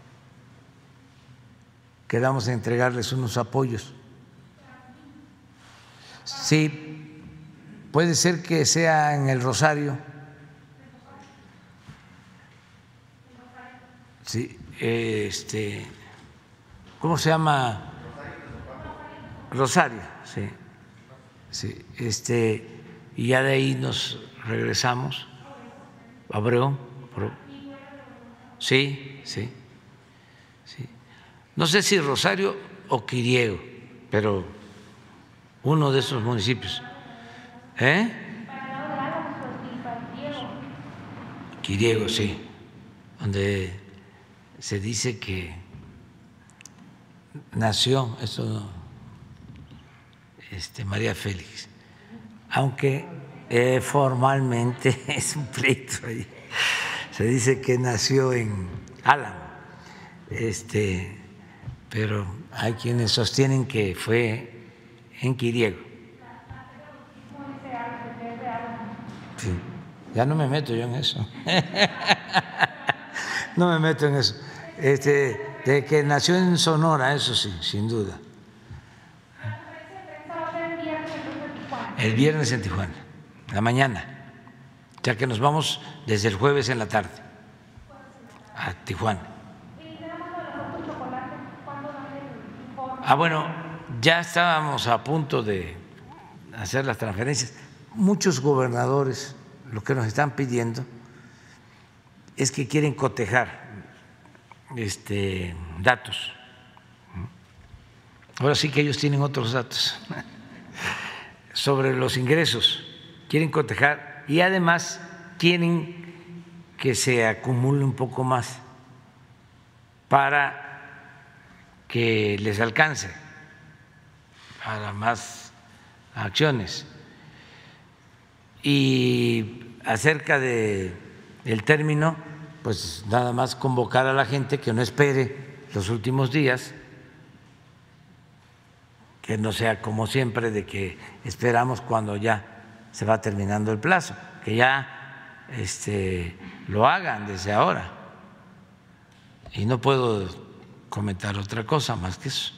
Quedamos a entregarles unos apoyos. Sí, puede ser que sea en el Rosario. Sí, este, ¿cómo se llama? Rosario, sí, sí, este, y ya de ahí nos regresamos. Obregón, sí, sí, sí. No sé si Rosario o Quiriego, pero uno de esos municipios. ¿Eh? Quiriego, sí, donde se dice que nació eso, este, María Félix, aunque Eh, formalmente es un pleito ahí. Se dice que nació en Álamo, este, pero hay quienes sostienen que fue en Quiriego. Sí. Ya no me meto yo en eso. No me meto en eso. Este, de que nació en Sonora, eso sí, sin duda. El viernes en Tijuana. La mañana, ya que nos vamos desde el jueves en la tarde a Tijuana. Ah, bueno, ya estábamos a punto de hacer las transferencias. Muchos gobernadores lo que nos están pidiendo es que quieren cotejar este, datos. Ahora sí que ellos tienen otros datos sobre los ingresos quieren cotejar y además quieren que se acumule un poco más para que les alcance para más acciones. Y acerca de el término, pues nada más convocar a la gente que no espere los últimos días, que no sea como siempre de que esperamos cuando ya se va terminando el plazo, que ya este, lo hagan desde ahora. Y no puedo comentar otra cosa más que eso.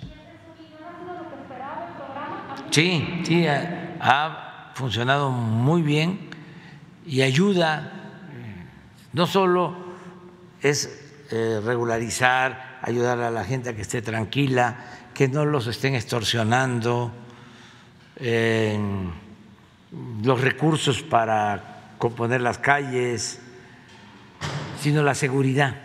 Sí, sí, ha, ha funcionado muy bien y ayuda, no solo es eh, regularizar, ayudar a la gente a que esté tranquila, que no los estén extorsionando, eh, los recursos para componer las calles, sino la seguridad,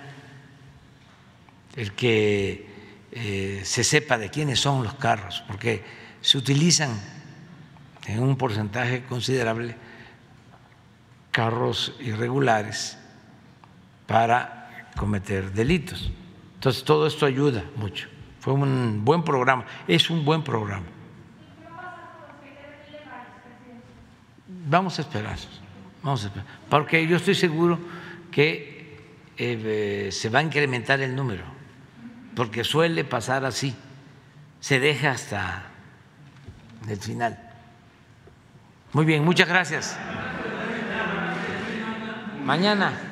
el que eh, se sepa de quiénes son los carros, porque se utilizan en un porcentaje considerable carros irregulares para cometer delitos. Entonces, todo esto ayuda mucho. Fue un buen programa, es un buen programa. Vamos a esperar, vamos a esperar, porque yo estoy seguro que eh, se va a incrementar el número, porque suele pasar así, se deja hasta el final. Muy bien, muchas gracias. Mañana.